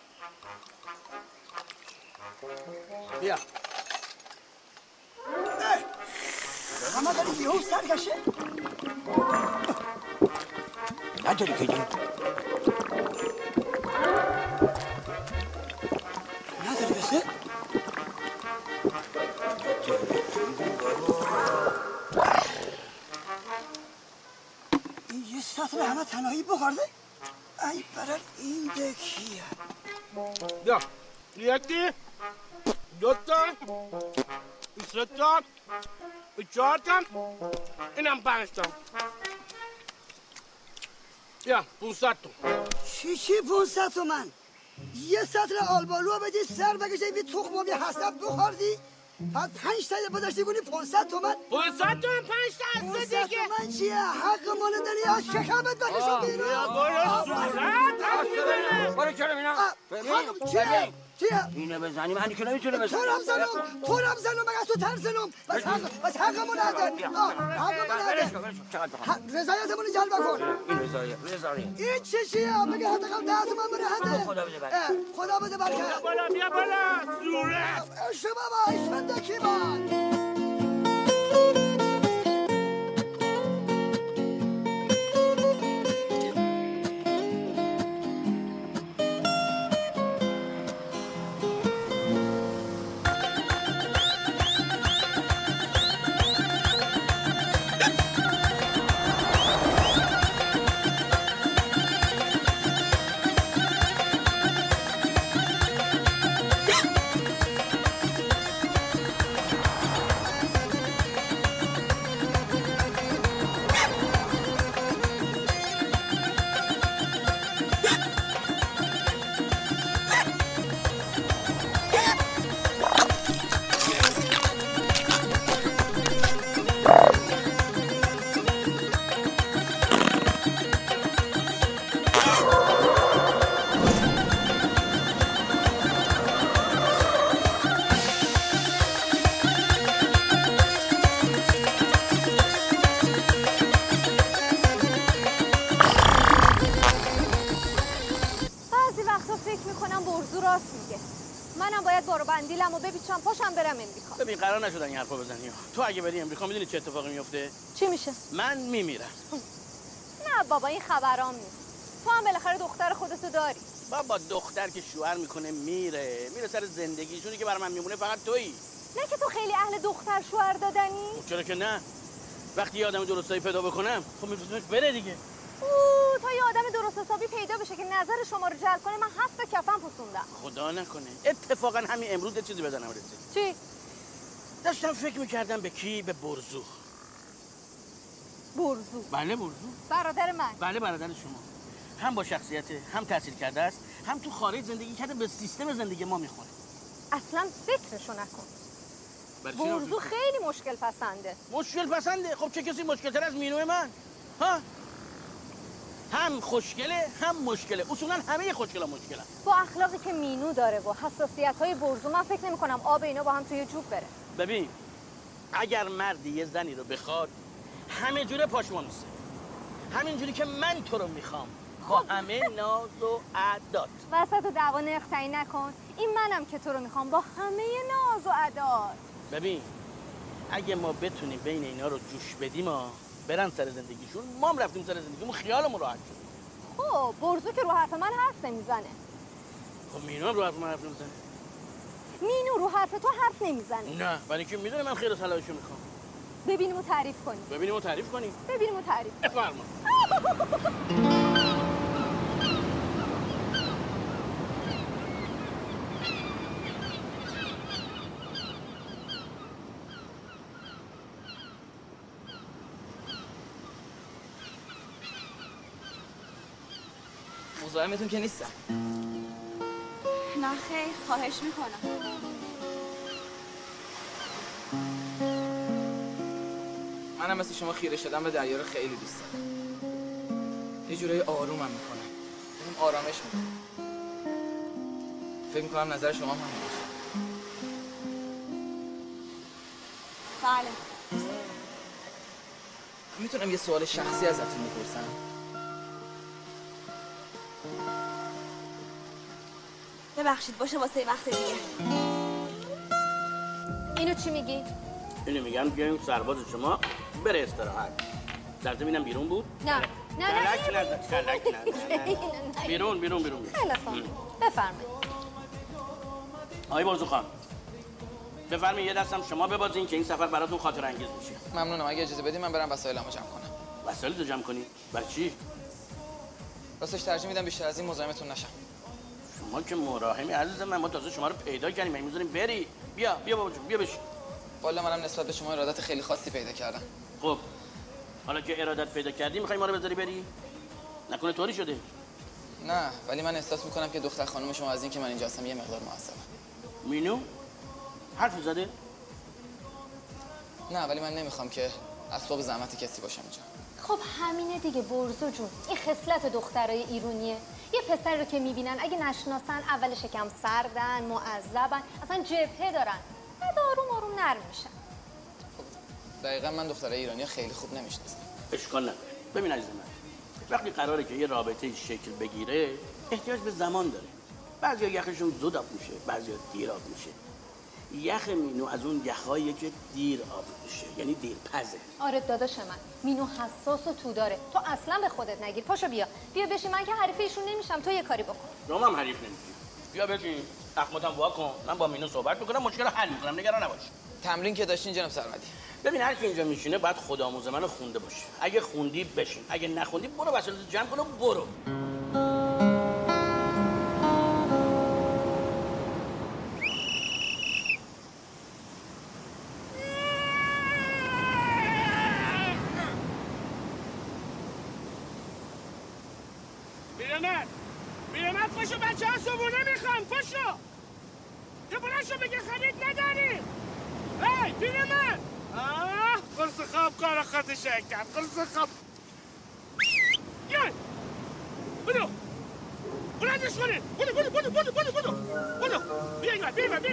S5: بیا.
S14: همه داری یهو سرگشه؟
S4: نداری که دی؟
S14: نداری بسه؟ این یه سطل همه تنهایی بخورده؟ ای برای این دکیه.
S5: بیا. یکی، دوتا، ستا، 4 تا، اینم 5 تا. بیا 500 تومن.
S14: چی 500 تومن؟ یه سطل آلبالو بدی سر بکشه بی تخم و بی حسب بخوردی؟ بعد 5 تا بداشتی کنی 500 تومن؟
S5: 500 تومن 5 تا هسته دیگه.
S14: 500 تومن چیه؟ حق مال دنی از شکمت بکشم بیرون.
S5: بیا برو صورت هسته.
S4: برو چرا بینم؟
S14: حقم چیه؟
S4: اینو بزنی من که نمیتونه بزنی.
S14: تو رم زنم مگه از تو ترسنم. بس حقمو نده. حقمو نده. رضایتمونو جلب کن.
S4: این رضایت.
S14: این چیه؟ مگه حداقل 10 تومن بره هده.
S4: خدا بده برکت.
S14: خدا بده برکت.
S5: بیا بالا صورت.
S14: شما با اشفنده کی من؟
S9: بندیلمو بپیچم پاشم برم امریکا.
S5: ببین قرار نشد این حرفا بزنی. تو اگه بری امریکا میدونی چه اتفاقی میفته؟
S9: چی میشه؟
S5: من میمیرم.
S9: نه بابا این خبرام نیست. تو هم بالاخره دختر خودتو داری.
S5: بابا دختر که شوهر میکنه میره سر زندگیشونی که برای من میمونه فقط تویی.
S9: نه که تو خیلی اهل دختر شوهر دادنی؟
S5: چرا که نه؟ وقتی یه آدم درستایی پیدا بکنم خب میفرستمش بره دیگه.
S9: اوه تا یه آدم درست حسابی پیدا بشه که نظر شما رو جلب کنه من 7 تا کفن پوسوندم.
S5: خدا نکنه اتفاقا همین امروز یه چیزی بدنم رسید.
S9: چی؟
S5: داشتم فکر میکردم به کی؟ به برزو.
S9: برزو؟
S5: بله برزو.
S9: برادر من؟
S5: بله برادر شما. هم با شخصیت، هم تحصیل کرده است، هم تو خارج زندگی کرده، به سیستم زندگی ما میخوره.
S9: اصلا فکرشو نکن. برزو خیلی مشکل پسنده.
S5: مشکل پسنده؟ خب چه کسی مشکل تر از مینو من؟ ها؟ هم خوشگله هم مشکله. اصولا همه خوشگلا مشکلن.
S9: با اخلاقی که مینو داره و حساسیت‌های برزو من فکر نمی‌کنم آب اینا با هم توی جوب بره.
S5: ببین اگر مردی یه زنی رو بخواد همه جوره پاشمانوسه، همین جوری که من تو رو میخوام با همه ناز و عدات.
S9: وسط دعوا نرخ تعیین نکن. این منم که تو رو میخوام با همه ناز و عدات.
S5: ببین اگه ما بتونیم بین اینا رو جوش بدیم برن سر زندگیشون، ما هم رفتیم سر زندگیمون، خیالمون راحت شد.
S9: خب برزو که رو حرف من حرف نمیزنه.
S5: خب مینو هم رو حرف من حرف نمیزنه.
S9: مینو رو حرف تو حرف نمیزنه.
S5: نه ولی که میدونه من خیر و صلاحشو میخوام.
S9: ببینیم و تعریف کنیم.
S5: ببینیم و تعریف کنیم.
S9: ببینیم و تعریف.
S5: بفرما.
S6: مزاحمتون که نیستم.
S7: نه خیر، خواهش میکنم.
S6: منم مثل شما خیره شدم به دریا رو خیلی دوست دارم. یه جورایی آرومم میکنه. بهم آرامش میده. فکر میکنم نظر شما هم همین باشه.
S7: بله.
S6: میتونم یه سوال شخصی ازتون بپرسم؟
S7: ببخشید باشه واسه وقت دیگه.
S9: اینو چی میگی؟
S5: اینو میگم که این سرباز شما بره استراحت. در زمینم بیرون بود؟
S9: نه
S5: کلک نزد. بیرون.
S9: خیلی خوب. بفرمایید.
S5: آقای برزو خان بفرمایید یه دستم شما ببازین که این سفر براتون خاطر انگیز میشه.
S6: ممنونم. اگه اجازه بدین من برم وسایلمو جمع کنم.
S5: وسایلتو جمع کنی؟ برای چی؟
S6: راستش ترجیح میدم بیشتر از این مزاحمتون نشم.
S5: شما که مراحمی عزیز من، ما تازه شما رو پیدا کردیم، می‌ذاریم بری. بیا بابا جون بیا بشین.
S6: والا منم نسبت به شما ارادت خیلی خاصی پیدا کردم.
S5: خب حالا که ارادت پیدا کردی می‌خوای ما رو بذاری بری؟ نکنه طوری شده؟
S6: نه ولی من احساس میکنم که دختر خانم شما از این که من اینجا هستم یه مقدار معصبه.
S5: مینو حرف زده؟
S6: نه ولی من نمیخوام که اسباب زحمت کسی باشم اینجا.
S9: خب همینه دیگه برزو جون. این خصلت دخترای ایرونیه. یه پسر رو که میبینن اگه نشناسن اولش یکم سردن، معذبن، اصلا جبهه دارن. بعد آروم نرم میشن.
S6: دقیقا من دخترای ایرانی خیلی خوب نمیشناسم.
S5: اشکال نداره. ببین عزیز من، وقتی قراره که یه رابطه شکل بگیره احتیاج به زمان داره. بعضیا یخشون زود آب میشه، بعضیا دیر آب میشه. یخ مینو از اون یخاییه که دیر آب میشه، یعنی دیر پزه.
S9: آره داداش من، مینو حساس و تو داره. تو اصلا به خودت نگیر. پاشو بیا بشین. من که حریف ایشون نمیشم، تو یه کاری بکن.
S5: شما هم حریف نمیشی. بیا بشین. اخماتم وا کن. من با مینو صحبت میکنم، مشکل رو حل میکنم، نگران نباش.
S6: تمرین که داشتین جناب سرمدی.
S5: ببین هر کی اینجا میشینه باید خودآموز منو خونده باشه. اگه خوندی بشین، اگه نخوندی برو وسایلت جمع کن و برو.
S15: میرمت پاشو بچه ها صبونه میخوام پاشو تو بلند شو بگه خرید نداری. هی پیرمرد قرص خواب کار خودش کرد. قرص خواب یای بدو بلندش کنید. بدو بیا اینور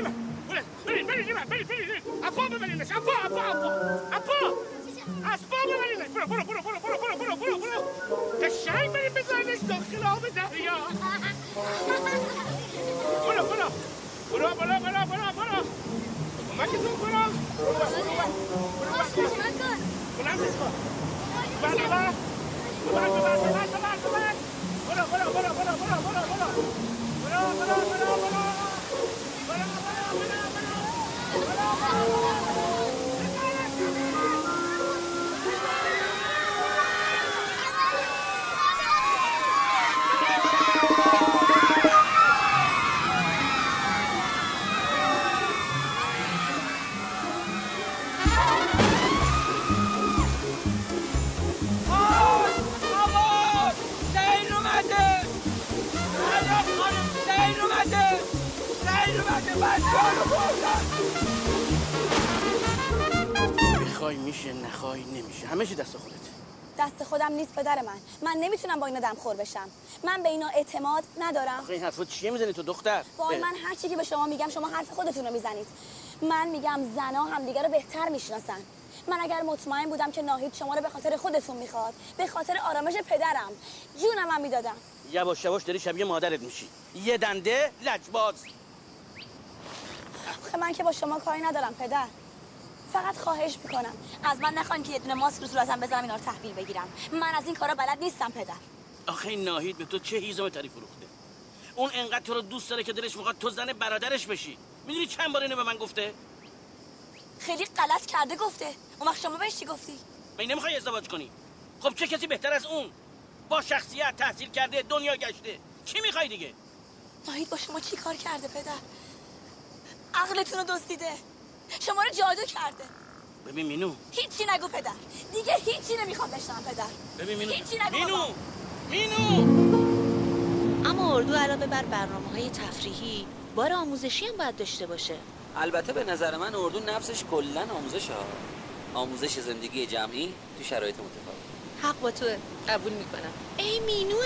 S15: برید اپا ببرینش. اپا اسباب ببرینش. برو قشنگ بریم بذارینش داخل آب دریا. برو کمکتون کنم. بلندش کن. ببر.
S5: اومده بچه‌ها رو بردن.
S15: میخوای میشه، نخوای نمیشه، همه چی دست خودت.
S7: دست خودم نیست پدر من نمیتونم با اینا دمخور بشم. من به اینا اعتماد ندارم.
S15: آخه این حرفا چیه میزنی تو دختر؟
S7: وای من هر چی که به شما میگم شما حرف خودتون رو میزنید. من میگم زنا همدیگه رو بهتر میشناسن. من اگر مطمئن بودم که ناهید شما رو به خاطر خودتون میخواد، به خاطر آرامش پدرم جونم هم میدادم.
S15: یواش یواش داری شبیه مادرت میشی. یه دنده لجباز.
S7: آخه من که با شما کاری ندارم پدر. فقط خواهش میکنم از من نخواین که یه دونه ماسک رو صورتم بزنم اینا رو تحویل بگیرم. من از این کارا بلد نیستم پدر.
S15: آخه این ناهید به تو چه هیزم تری فروخته؟ اون انقدر تو رو دوست داره که دلش میخواد تو زن برادرش بشی. میدونی چند بار اینو به من گفته؟
S7: خیلی غلط کرده گفته. اون وقت شما بهش چی گفتی؟
S15: من نمیخوای ازدواج کنی؟ خب چه کسی بهتر از اون؟ با شخصیت، تحصیل کرده، دنیا گشته. چی میخوای دیگه؟
S7: ناهید با شما چی کار کرده پدر؟ عقلتون رو دزدیده. شما رو جادو کرده.
S15: ببین مینو،
S7: هیچی نگو پدر. دیگه هیچی نمیخوام بشنوم پدر.
S15: ببین مینو،
S7: هیچی نگو
S15: مینو.
S10: اما اردو علاوه بر برنامه‌های تفریحی بار آموزشی هم باید داشته باشه.
S12: البته به نظر من اردو نفسش کلا آموزشه. آموزش زندگی جمعی تو شرایط متفاوت.
S10: حق با توه، قبول میکنم. ای مینوه،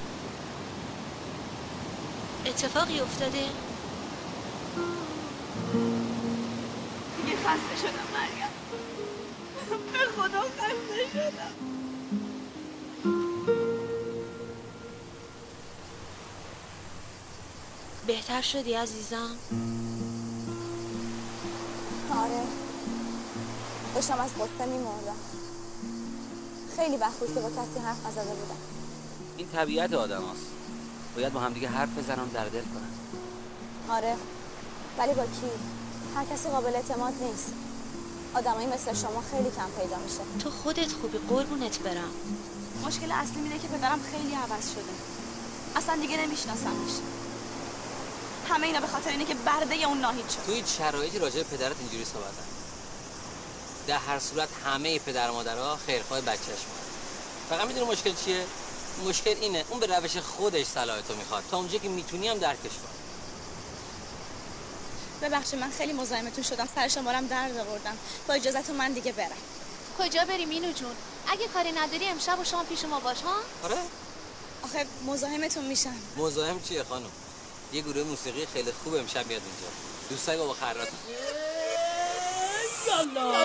S10: اتفاقی افتاده؟
S7: دیگه خسته شدم مریم. به خدا خسته شدم.
S10: بهتر شدی عزیزم؟
S7: آره داشتم از قصه میمردم. خیلی وقت بود که با کسی حرف نزده بودم.
S12: این طبیعت آدم هست. باید با همدیگه حرف بزنن در دل کنن.
S7: آره ولی با کی؟ هر کسی قابل اعتماد نیست. آدمایی مثل شما خیلی کم پیدا میشه.
S10: تو خودت خوبی قربونت برم.
S7: مشکل اصلی اینه که پدرم خیلی عوض شده. اصلا دیگه نمیشناسمش. همه اینا به خاطر اینه که برده اون ناهید شد.
S12: تو هیچ شرایطی راجع به پدرت اینجوری صحبت نکن. در هر صورت همه پدر و مادرها خیرخواه بچه‌ش مونه. فقط میدونی مشکل چیه؟ مشکل اینه اون به روش خودش صلاح تو میخواد. تا اونجایی که میتونی هم درکش کن.
S7: ببخشید من خیلی مزاحمتون شدم. سر شمارم درد آوردم. با اجازهتون من دیگه برم.
S10: کجا بریم مینو جون؟ اگه کاری نداری امشب و شام پیش ما باش ها؟
S12: آره؟
S7: آخه مزاحمتون میشم.
S12: مزاحم چیه خانم؟ یه گروه موسیقی خیلی خوب امشب میاد اینجا. دوستای بابا خرات.
S5: یالا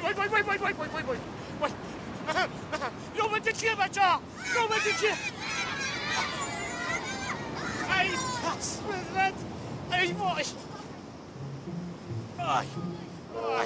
S15: وای وای وای وای وای وای وای وای وای نوبت چیه بچه ها؟ نوبت چیه؟ ای پس بدرد ای وای آی آی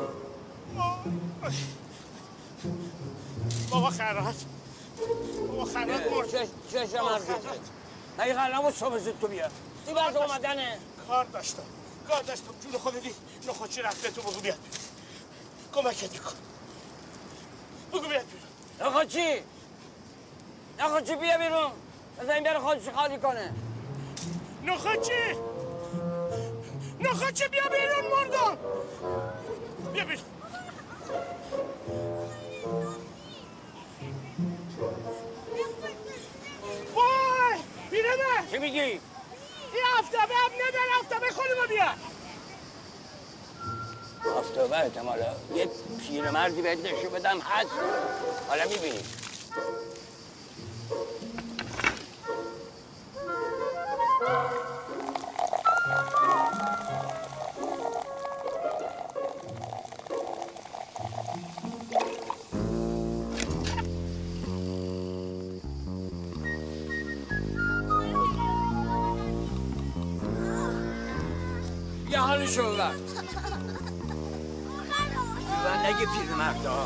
S15: بابا خیرات بابا خیرات مرد
S11: چشم عرضت ای قلم صبح زود تو بیا دی بعد اومدنه
S15: کار داشتم جون خودتی نخوچی رفته تو بگو بیاد کمکت میکن بگو بیاد بیرون
S11: نخوچی بیا بیرون بذار این بره خودش خالی کنه
S15: نخوچی بیا بیرون مردم بیا بیرون وای بیرونه
S11: چی میگی؟
S15: این آفتابه هم نداره آفتابه خودمو بیا
S11: آفتابه احتمالا یه پیرمردی بهت نشون بدم هست حالا میبینی بیا حالشو ببر و نگه پیرمردا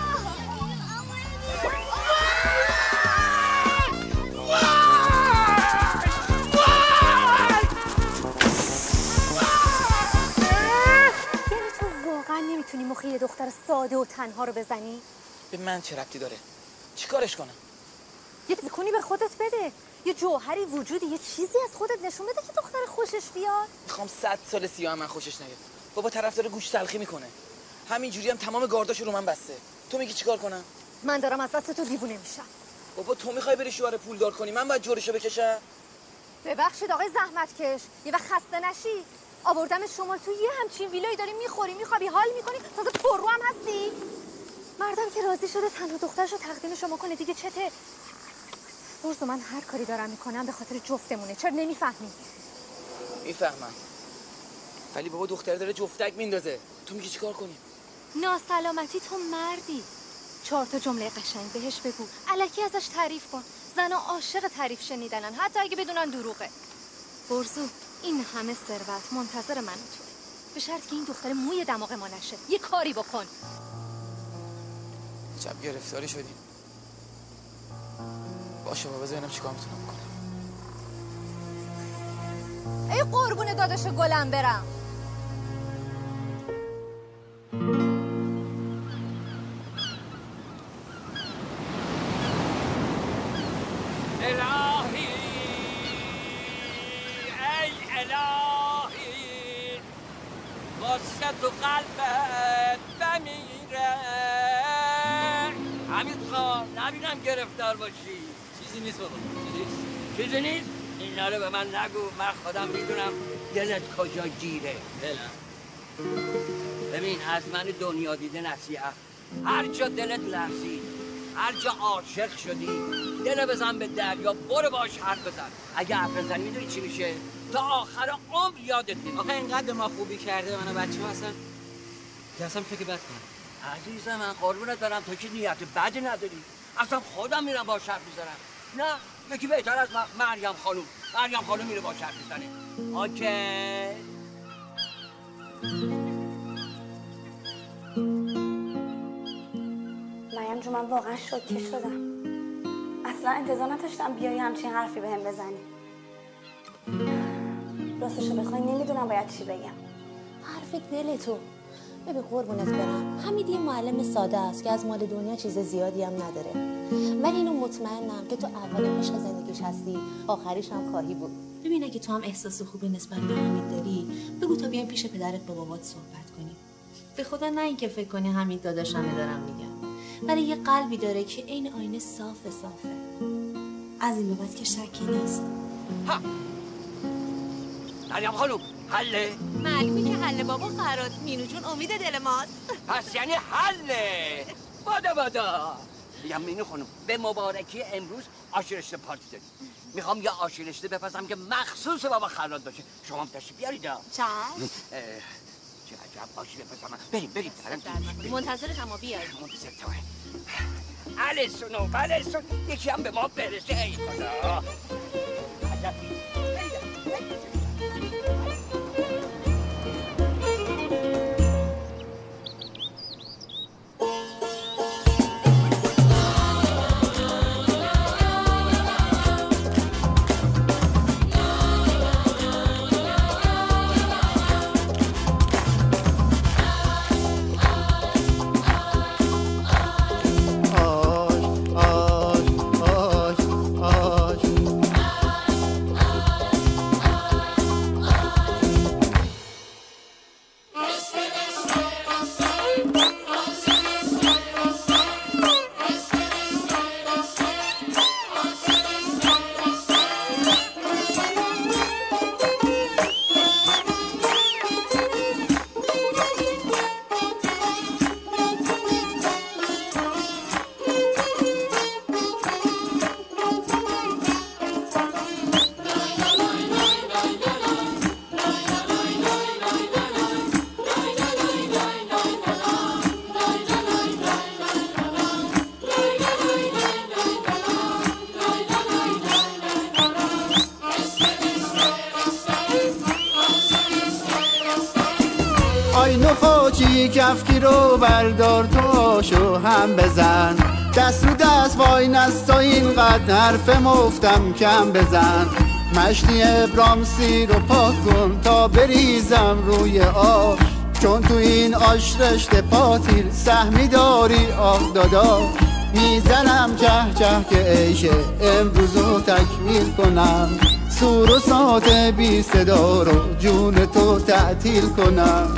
S9: نمیتونی مخی یه دختر ساده و تنها رو بزنی؟
S6: به من چه ربطی داره؟ چی کارش کنم؟
S9: یه تکونی به خودت بده، یه جوهری وجودی، یه چیزی از خودت نشون بده که دختر خوشش بیاد.
S6: میخوام 100 سال سیاه من خوشش نیاد. بابا طرفدار گوش تلخی میکنه. همینجوری هم تمام گارداشو رو من بسته. تو میگی چیکار کنم؟
S9: من دارم از دست تو دیوونه میشم.
S6: بابا تو میخوای بری شوهر پولدار کنی، من باید جورشو بکشم؟
S9: ببخشید آقای زحمت کش، یه وقت خسته نشی. آوردم شما تو یه همچین ویلایی داری میخوری میخوابی حال میکنی تازه پررو هم هستی. مردم که راضی شده تنها دخترشو تقدیم شما کنه دیگه چته؟ برزو من هر کاری دارم میکنم به خاطر جفتمونه. چرا نمیفهمی؟
S6: میفهمم ولی بابا دختره داره جفتک میندازه. تو میگی چیکار کنیم؟
S9: ناسلامتی تو مردی. 4 تا جمله قشنگ بهش بگو، الکی ازش تعریف کن. زنا عاشق تعریف شنیدنن حتی اگه بدونن دروغه. برزو این همه ثروت منتظر من و توه، به شرط که این دختر موی دماغ ما نشه. یه کاری بکن.
S6: شب گرفتاری شدیم. باشه بابا بذار ببینم چیکار میتونم بکنم.
S9: ای قربون داداش گلم برم.
S11: الهی ای الهی واسه تو قلبت بمیره. حمید خان نبینم گرفتار باشی.
S12: چیزی نیست بابا.
S11: چیزی نیست؟ اینا رو به من نگو، من خودم میدونم دلت کجا گیره. ببین از من دنیا دیده نصیحت، هر جا دلت لرزید، هر جا عاشق شدی دل بزن به دریا، برو باش حرف بزن. اگه حرف بزنی میدونی چی میشه؟ تا آخر عمر یادت میاد.
S12: آخه اینقدر ما خوبی کرده من بچه‌ها اصلا فکر بد کنم.
S11: عزیزم من قربونت برم، تو که نیت بدی نداری. اصلا خودم میرم باش حرف میزنم. نه یکی بهتر از مریم خانوم میره باش حرف میزنه. اوکی
S7: مریم جون من واقعا شوکه شدم. اصلا انتظار نداشتم بیایی همچین حرفی بهم بزنی. راستشو بخوای نمیدونم باید چی بگم.
S16: حرف دل تو. ببین قربونت برم، حمید یه معلم ساده است که از مال دنیا چیز زیادی هم نداره، ولی اینو مطمئنم که تو اول عشق زندگیش هستی، آخریش هم کاهی بود. ببین اگه تو هم احساس خوبی نسبت به حمید داری، بگو تا بیایم پیش پدرت با بابات صحبت کنیم. به خدا نه اینکه فکر کنی حمید داداشمه دارم میگم، ولی یه قلبی داره که عین آینه صافه. از این بابت که شکی نیست.
S11: ها مریم خانوم حله؟
S10: معلومه که حله بابا قرار. مینو جون امید دل ماست.
S11: پس یعنی حله. بادا میگم مینو خانوم به مبارکی امروز آشیرشته پارتی داریم. میخوام یه آشیرشته بپزم که مخصوص بابا خراد باشه. شما هم تشریف بیارید.
S10: چشم.
S4: عجب باشه بپسم. بریم
S10: منتظرتم و بیای.
S4: منتظر توه. السونو بلسون یکی هم به ما برسه. ای خدا عجب.
S17: کفکی رو بردار تو آشو هم بزن دست رو دست وای نستا اینقدر حرف مفتم کم بزن مشتی ابرامسی رو پاک کن تا بریزم روی آش چون تو این آش رشته پاتیر سهمی داری آه داداش میزنم چه چه که عیشه امروزو تکمیل کنم سور و سات بی صدا رو جون تو تعطیل کنم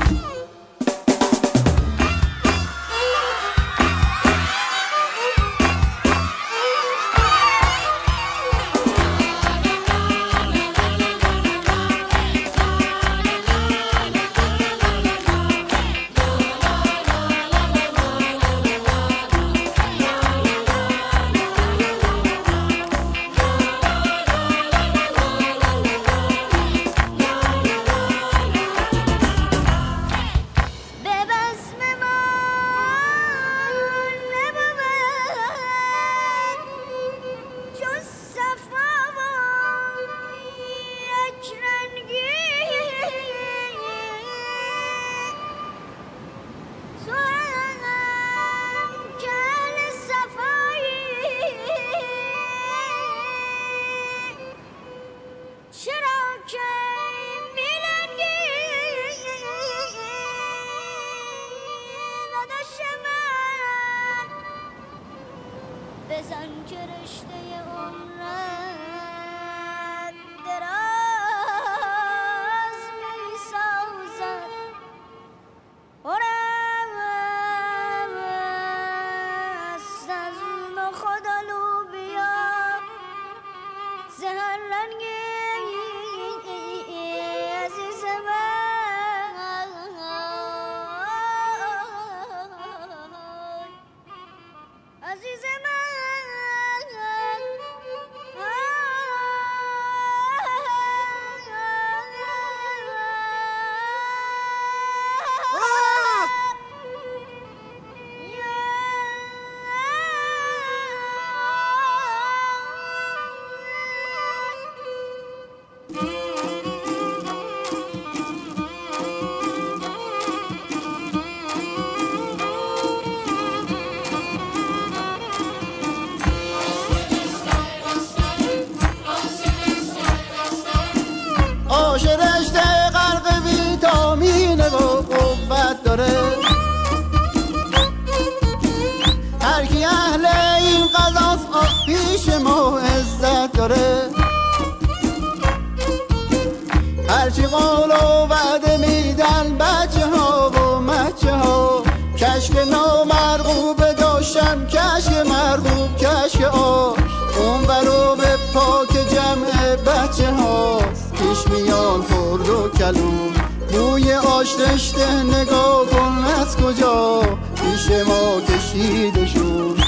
S17: هرچی قول و وعده میدن بچه ها و مچه ها کشک نامرغوب داشتم کشک مرغوب کشک آش اون برو به پاک جمع بچه هاست پیش میان خورد و کلوم بوی آش رشته نگاه کن از کجا پیش ما کشیدشون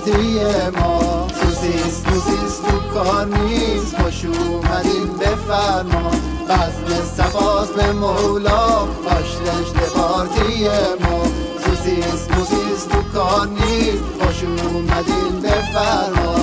S17: پارتی ما سوسیس موسیس تو کار نیست خوش اومدین بفرما بزم صفاست به مولا باش رشته پارتی ما سوسیس موسیس تو کار نیست خوش اومدین بفرما.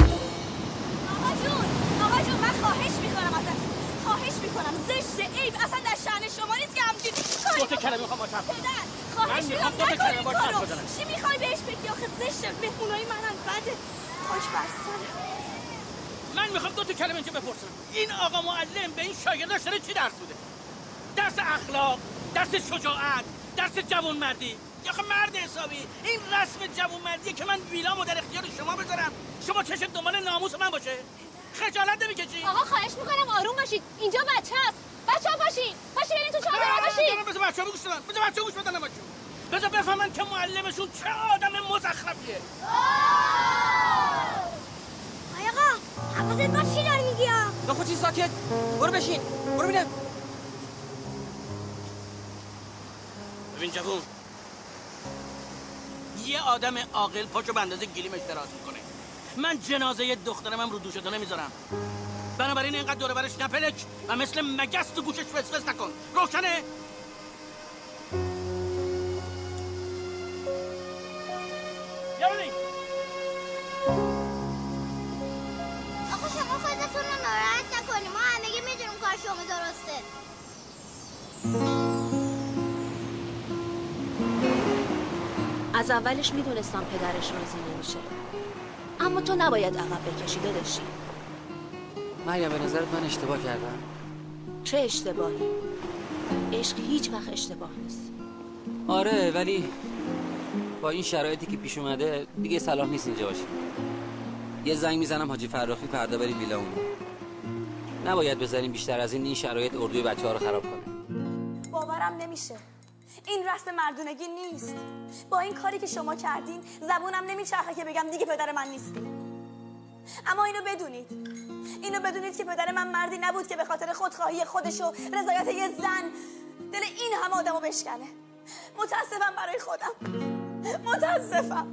S7: آقا جون من خواهش میکنم ازت، خواهش میکنم زشت عیب اصلا در شأن شما نیست که همچین
S5: دو تا کلمه میخوام باهات حرف بزنم.
S7: خواهش میکنم
S5: دو تا کلمه باهات حرف بزنم.
S7: چی میخوای بهش بگی آخه زشته مهمونای منن بده خاک بر سرم.
S5: من میخوام دو تا کلمه اینجا بپرسم. این آقا معلم به این شاگرداش داره چی درس میده؟ درس اخلاق، درس شجاعت، درس جوانمردی. یا آخه مرد حسابی این رسم جوانمردیه که من ویلامو در اختیار شما بذارم شما چشم دنبال ناموس من باشه؟ خجالت نمیکشی؟
S10: آقا خواهش میکنم آروم باشید، اینجا بچه هست. بچه‌ها باشین برین تو چادر باشین.
S5: بذار بچه‌ها گوش بدن، بذار بچه‌ها گوش بدن بچه‌ها. بذار بفهمن که معلمشون چه آدم مزخرفیه.
S8: آقا حواست باش چی داری میگی ها؟
S12: نخوچی ساکت، برو بشین، برو بینم.
S5: ببین جوون، یه آدم عاقل پاشو به اندازه گلیمش دراز میکنه. من جنازه دخترم رو دوشتو نمیذارم. بنابراین اینقدر دوره برش نپلک و مثل مگس تو گوشش فسفس نکن. روشنه؟ بیا ببین.
S8: آقا شما خودتون رو ناراحت نکنیم، ما همگی میدونیم کار شما درسته.
S16: از اولش میدونستم پدرش راضی نمیشه، اما تو نباید عقب بکشی داداشی.
S13: مریم به نظرت من اشتباه کردم؟
S16: چه اشتباهی؟ عشق هیچ وقت اشتباه نیست.
S13: آره ولی با این شرایطی که پیش اومده دیگه صلاح نیست اینجا باشی. یه زنگ میزنم حاجی فراخی فردا بریم ویلا اون. نباید بذاریم بیشتر از این شرایط اردوی بچه‌ها رو خراب کنه.
S7: باورم نمیشه این رسم مردونگی نیست. با این کاری که شما کردین زبونم نمیچرخه که بگم دیگه پدر من نیستی. اما اینو بدونید که پدر من مردی نبود که به خاطر خودخواهی خودش و رضایت یه زن دل این همه آدمو بشکنه. متاسفم برای خودم، متاسفم.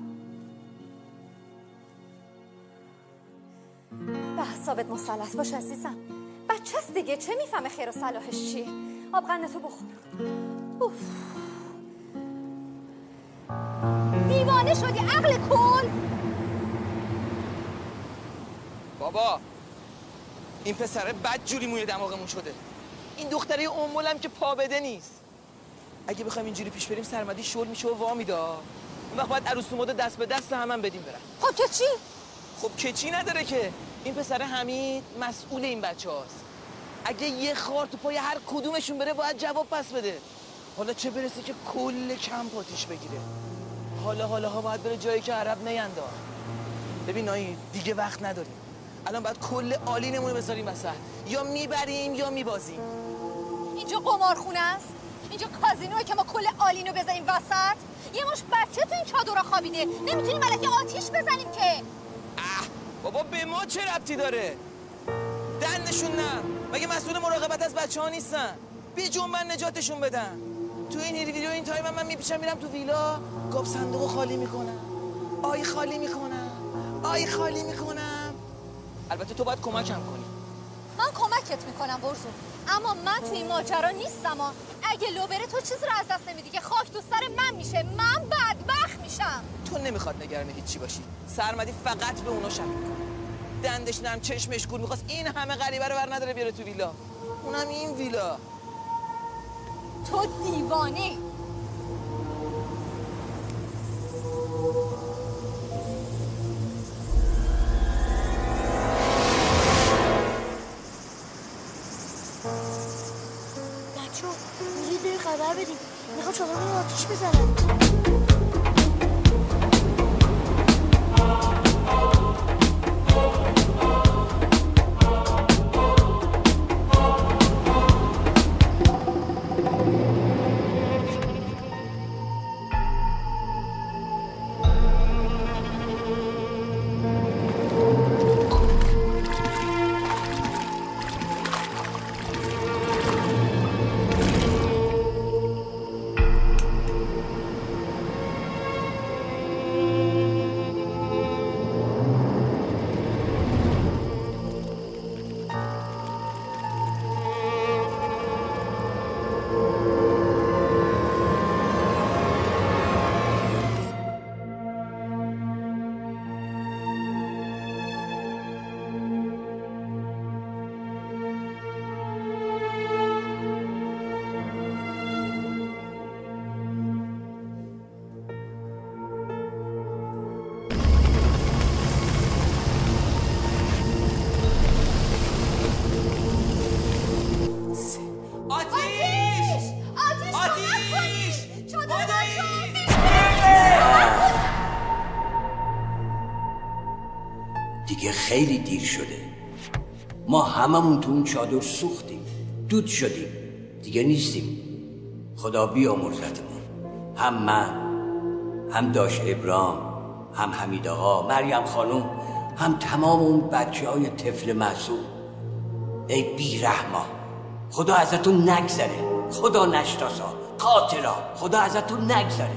S9: به حسابت مسلط باش عزیزم، بچه است دیگه، چه میفهمه خیر و صلاحش چیه. آب قندتو بخور. اوف. دیوانه شدی عقل کل.
S6: بابا این پسره بد جوری موی دماغمون شده. این دختره امولم که پا بده نیست. اگه بخوایم اینجوری پیش بریم سرمدی شل میشه و وا میده. اون وقت باید عروس ماده دست به دست هم بدیم برن.
S9: خب که چی؟
S6: خب که چی نداره که این پسر حمید مسئول این بچه هاست. اگه یه خار تو پای هر کدومشون بره باید جواب پس بده. حالا چه برسه که کل کمپ آتیش بگیره. حالا باید بره جایی که عرب نینداخت. ببین نایی دیگه وقت نداریم. الان باید کل آلینمون رو بذاریم وسط. یا میبریم یا میبازیم.
S9: اینجا قمارخونه است؟ اینجا کازینوئه که ما کل آلین رو بذاریم وسط؟ یه مش بچه تو این چادرها خوابیده، نمیتونیم الکی آتیش بزنیم که.
S6: بابا به ما چه ربطی داره؟ دندشون نه. مگه مسئول مراقبت از بچه‌ها نیستن؟ بی جنبن نجاتشون بدن. تو این ویدیو این تایم من میپیشم میرم تو ویلا، گاب صندوقو خالی میکنم. آی خالی میکنم. البته تو باید کمکم کنی.
S9: من کمکت میکنم برزو، اما من تو این ماجرا نیستم. اگه لو بره تو چیزی رو از دست نمیدی که خاک تو سر من میشه، من بدبخت میشم.
S6: تو نمیخواد نگران هیچی باشی. سرمدی فقط به اونا شک میکنه. دندش نرم چشمش کور، میخواست این همه غریبه رو بر نداره بیاره تو ویلا. اونم این ویلا.
S9: تو دیوانه.
S8: بچه ها برید خبر بدیم، میخواد چادر رو آتیش بزنم.
S11: دیگه خیلی دیر شده. ما هممون تو اون چادر سوختیم، دود شدیم، دیگه نیستیم. خدا بیامرزتمون. هم من، هم داش ابرام، هم حمید آقا، مریم خانم، هم تمام اون بچه‌های طفل معصوم. ای بیرحما، خدا ازتون نگذره، خدا نشناسا، قاتلا، خدا ازتون نگذره.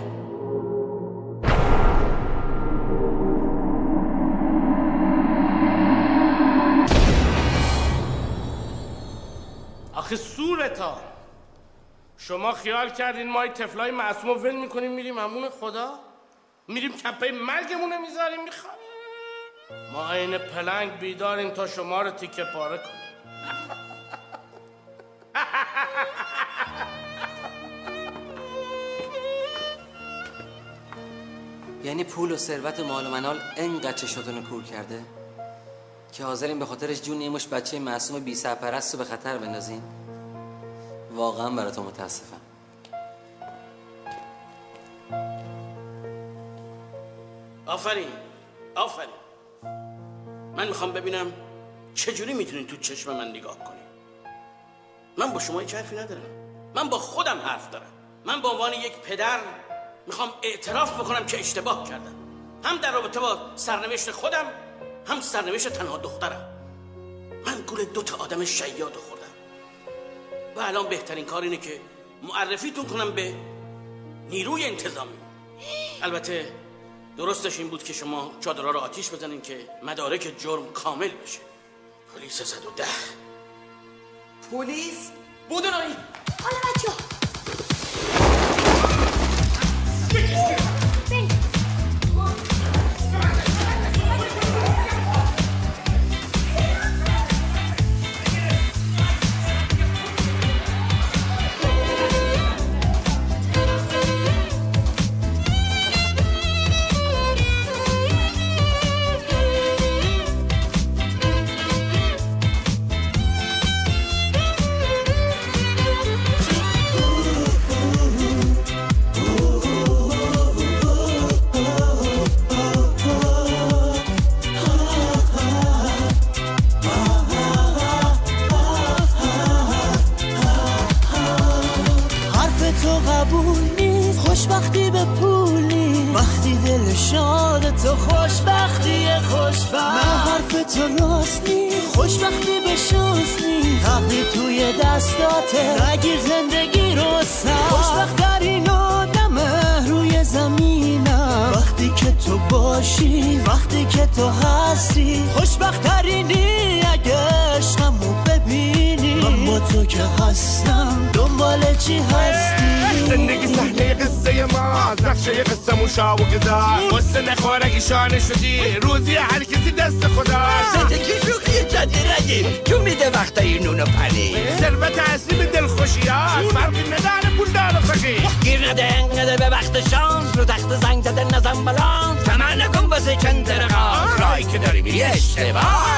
S15: آخه سورتا، شما خیال کردین ما این طفلای معصوم رو ول میکنیم میریم همون خدا؟ میریم کپه مرگمونه میذاریم میخوام؟ ما این پلنگ بیداریم تا شما رو تیکه پاره کنیم.
S12: یعنی پول و ثروت و مال و منال انقدر چشاتونو کور کرده که حاضرین به خاطرش جون یه مش بچه معصوم بی سرپرست رو به خطر بندازین؟ واقعا براتون متاسفم.
S5: آفرین آفرین. من میخوام ببینم چجوری میتونین تو چشم من نگاه کنین. من با شما هیچ حرفی ندارم، من با خودم حرف دارم. من به عنوان یک پدر میخوام اعتراف بکنم که اشتباه کردم، هم در رابطه با سرنوشت خودم، هم سرنوشت تنها دخترم. من گول 2 آدم شیاد خوردم و الان بهترین کار اینه که معرفیتون کنم به نیروی انتظامی. البته درستش این بود که شما چادرها رو آتیش بزنین که مدارک جرم کامل بشه. پلیس 110.
S6: پلیس؟ بودو نایی.
S8: حالا بچه ها
S2: خوشبختی به پول نیست، وقتی دل شاد تو خوشبختی خوشبخت. نه حرف تو راست نیست، خوشبختی به شانس نیست، تقدیر توی دستاته، نگیر زندگی رو سر. خوشبخت ترین آدمه روی زمینم وقتی که تو باشی، وقتی که تو هستی. خوشبخت ترینی اگه عشقمو ببینی، من با تو که هستم دنبال چی هستی.
S15: زندگی صحنه قصه ما، نقشه قصه موشا و گذار، قصه نخور اگه شانه شدی، روزی هر کسی دست خدا.
S11: زندگی شوخی جدیرگی جو میده وقتایی نون و پنیر.
S15: ثروت اصلی به دلخوشیات، فرقی نداره پول دار و فقیر.
S11: گیر نده انقدر به وقت شانس، رو تخت زنگ زده نزن بلانس، تمن نکن واسه چند رقاص، راهی که داری میری اشتباه.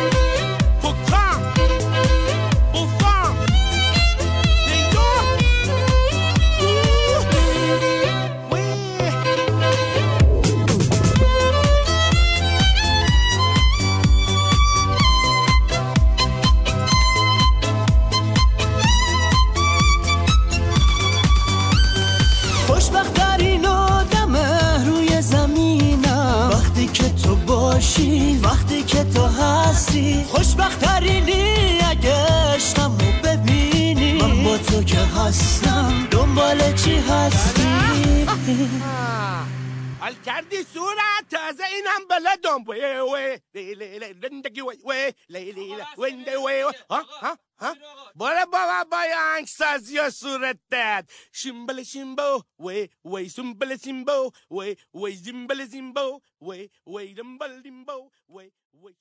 S2: خوشبخت ترین آدمه روی زمینم وقتی که تو باشی، وقتی که تو هستی. خوشبخت ترینی اگه عشقمو ببینی، من با تو که هستم دنبال چی هستی.
S15: حال کردی صورت تازه اینم بلدم. وی زندگی وی برو بابا با آهنگ سازی و صورت داد. شیمبل شیمبو وی سنبل سیمبو وی زیمبل زیمبو وی دنبال دیمبو وی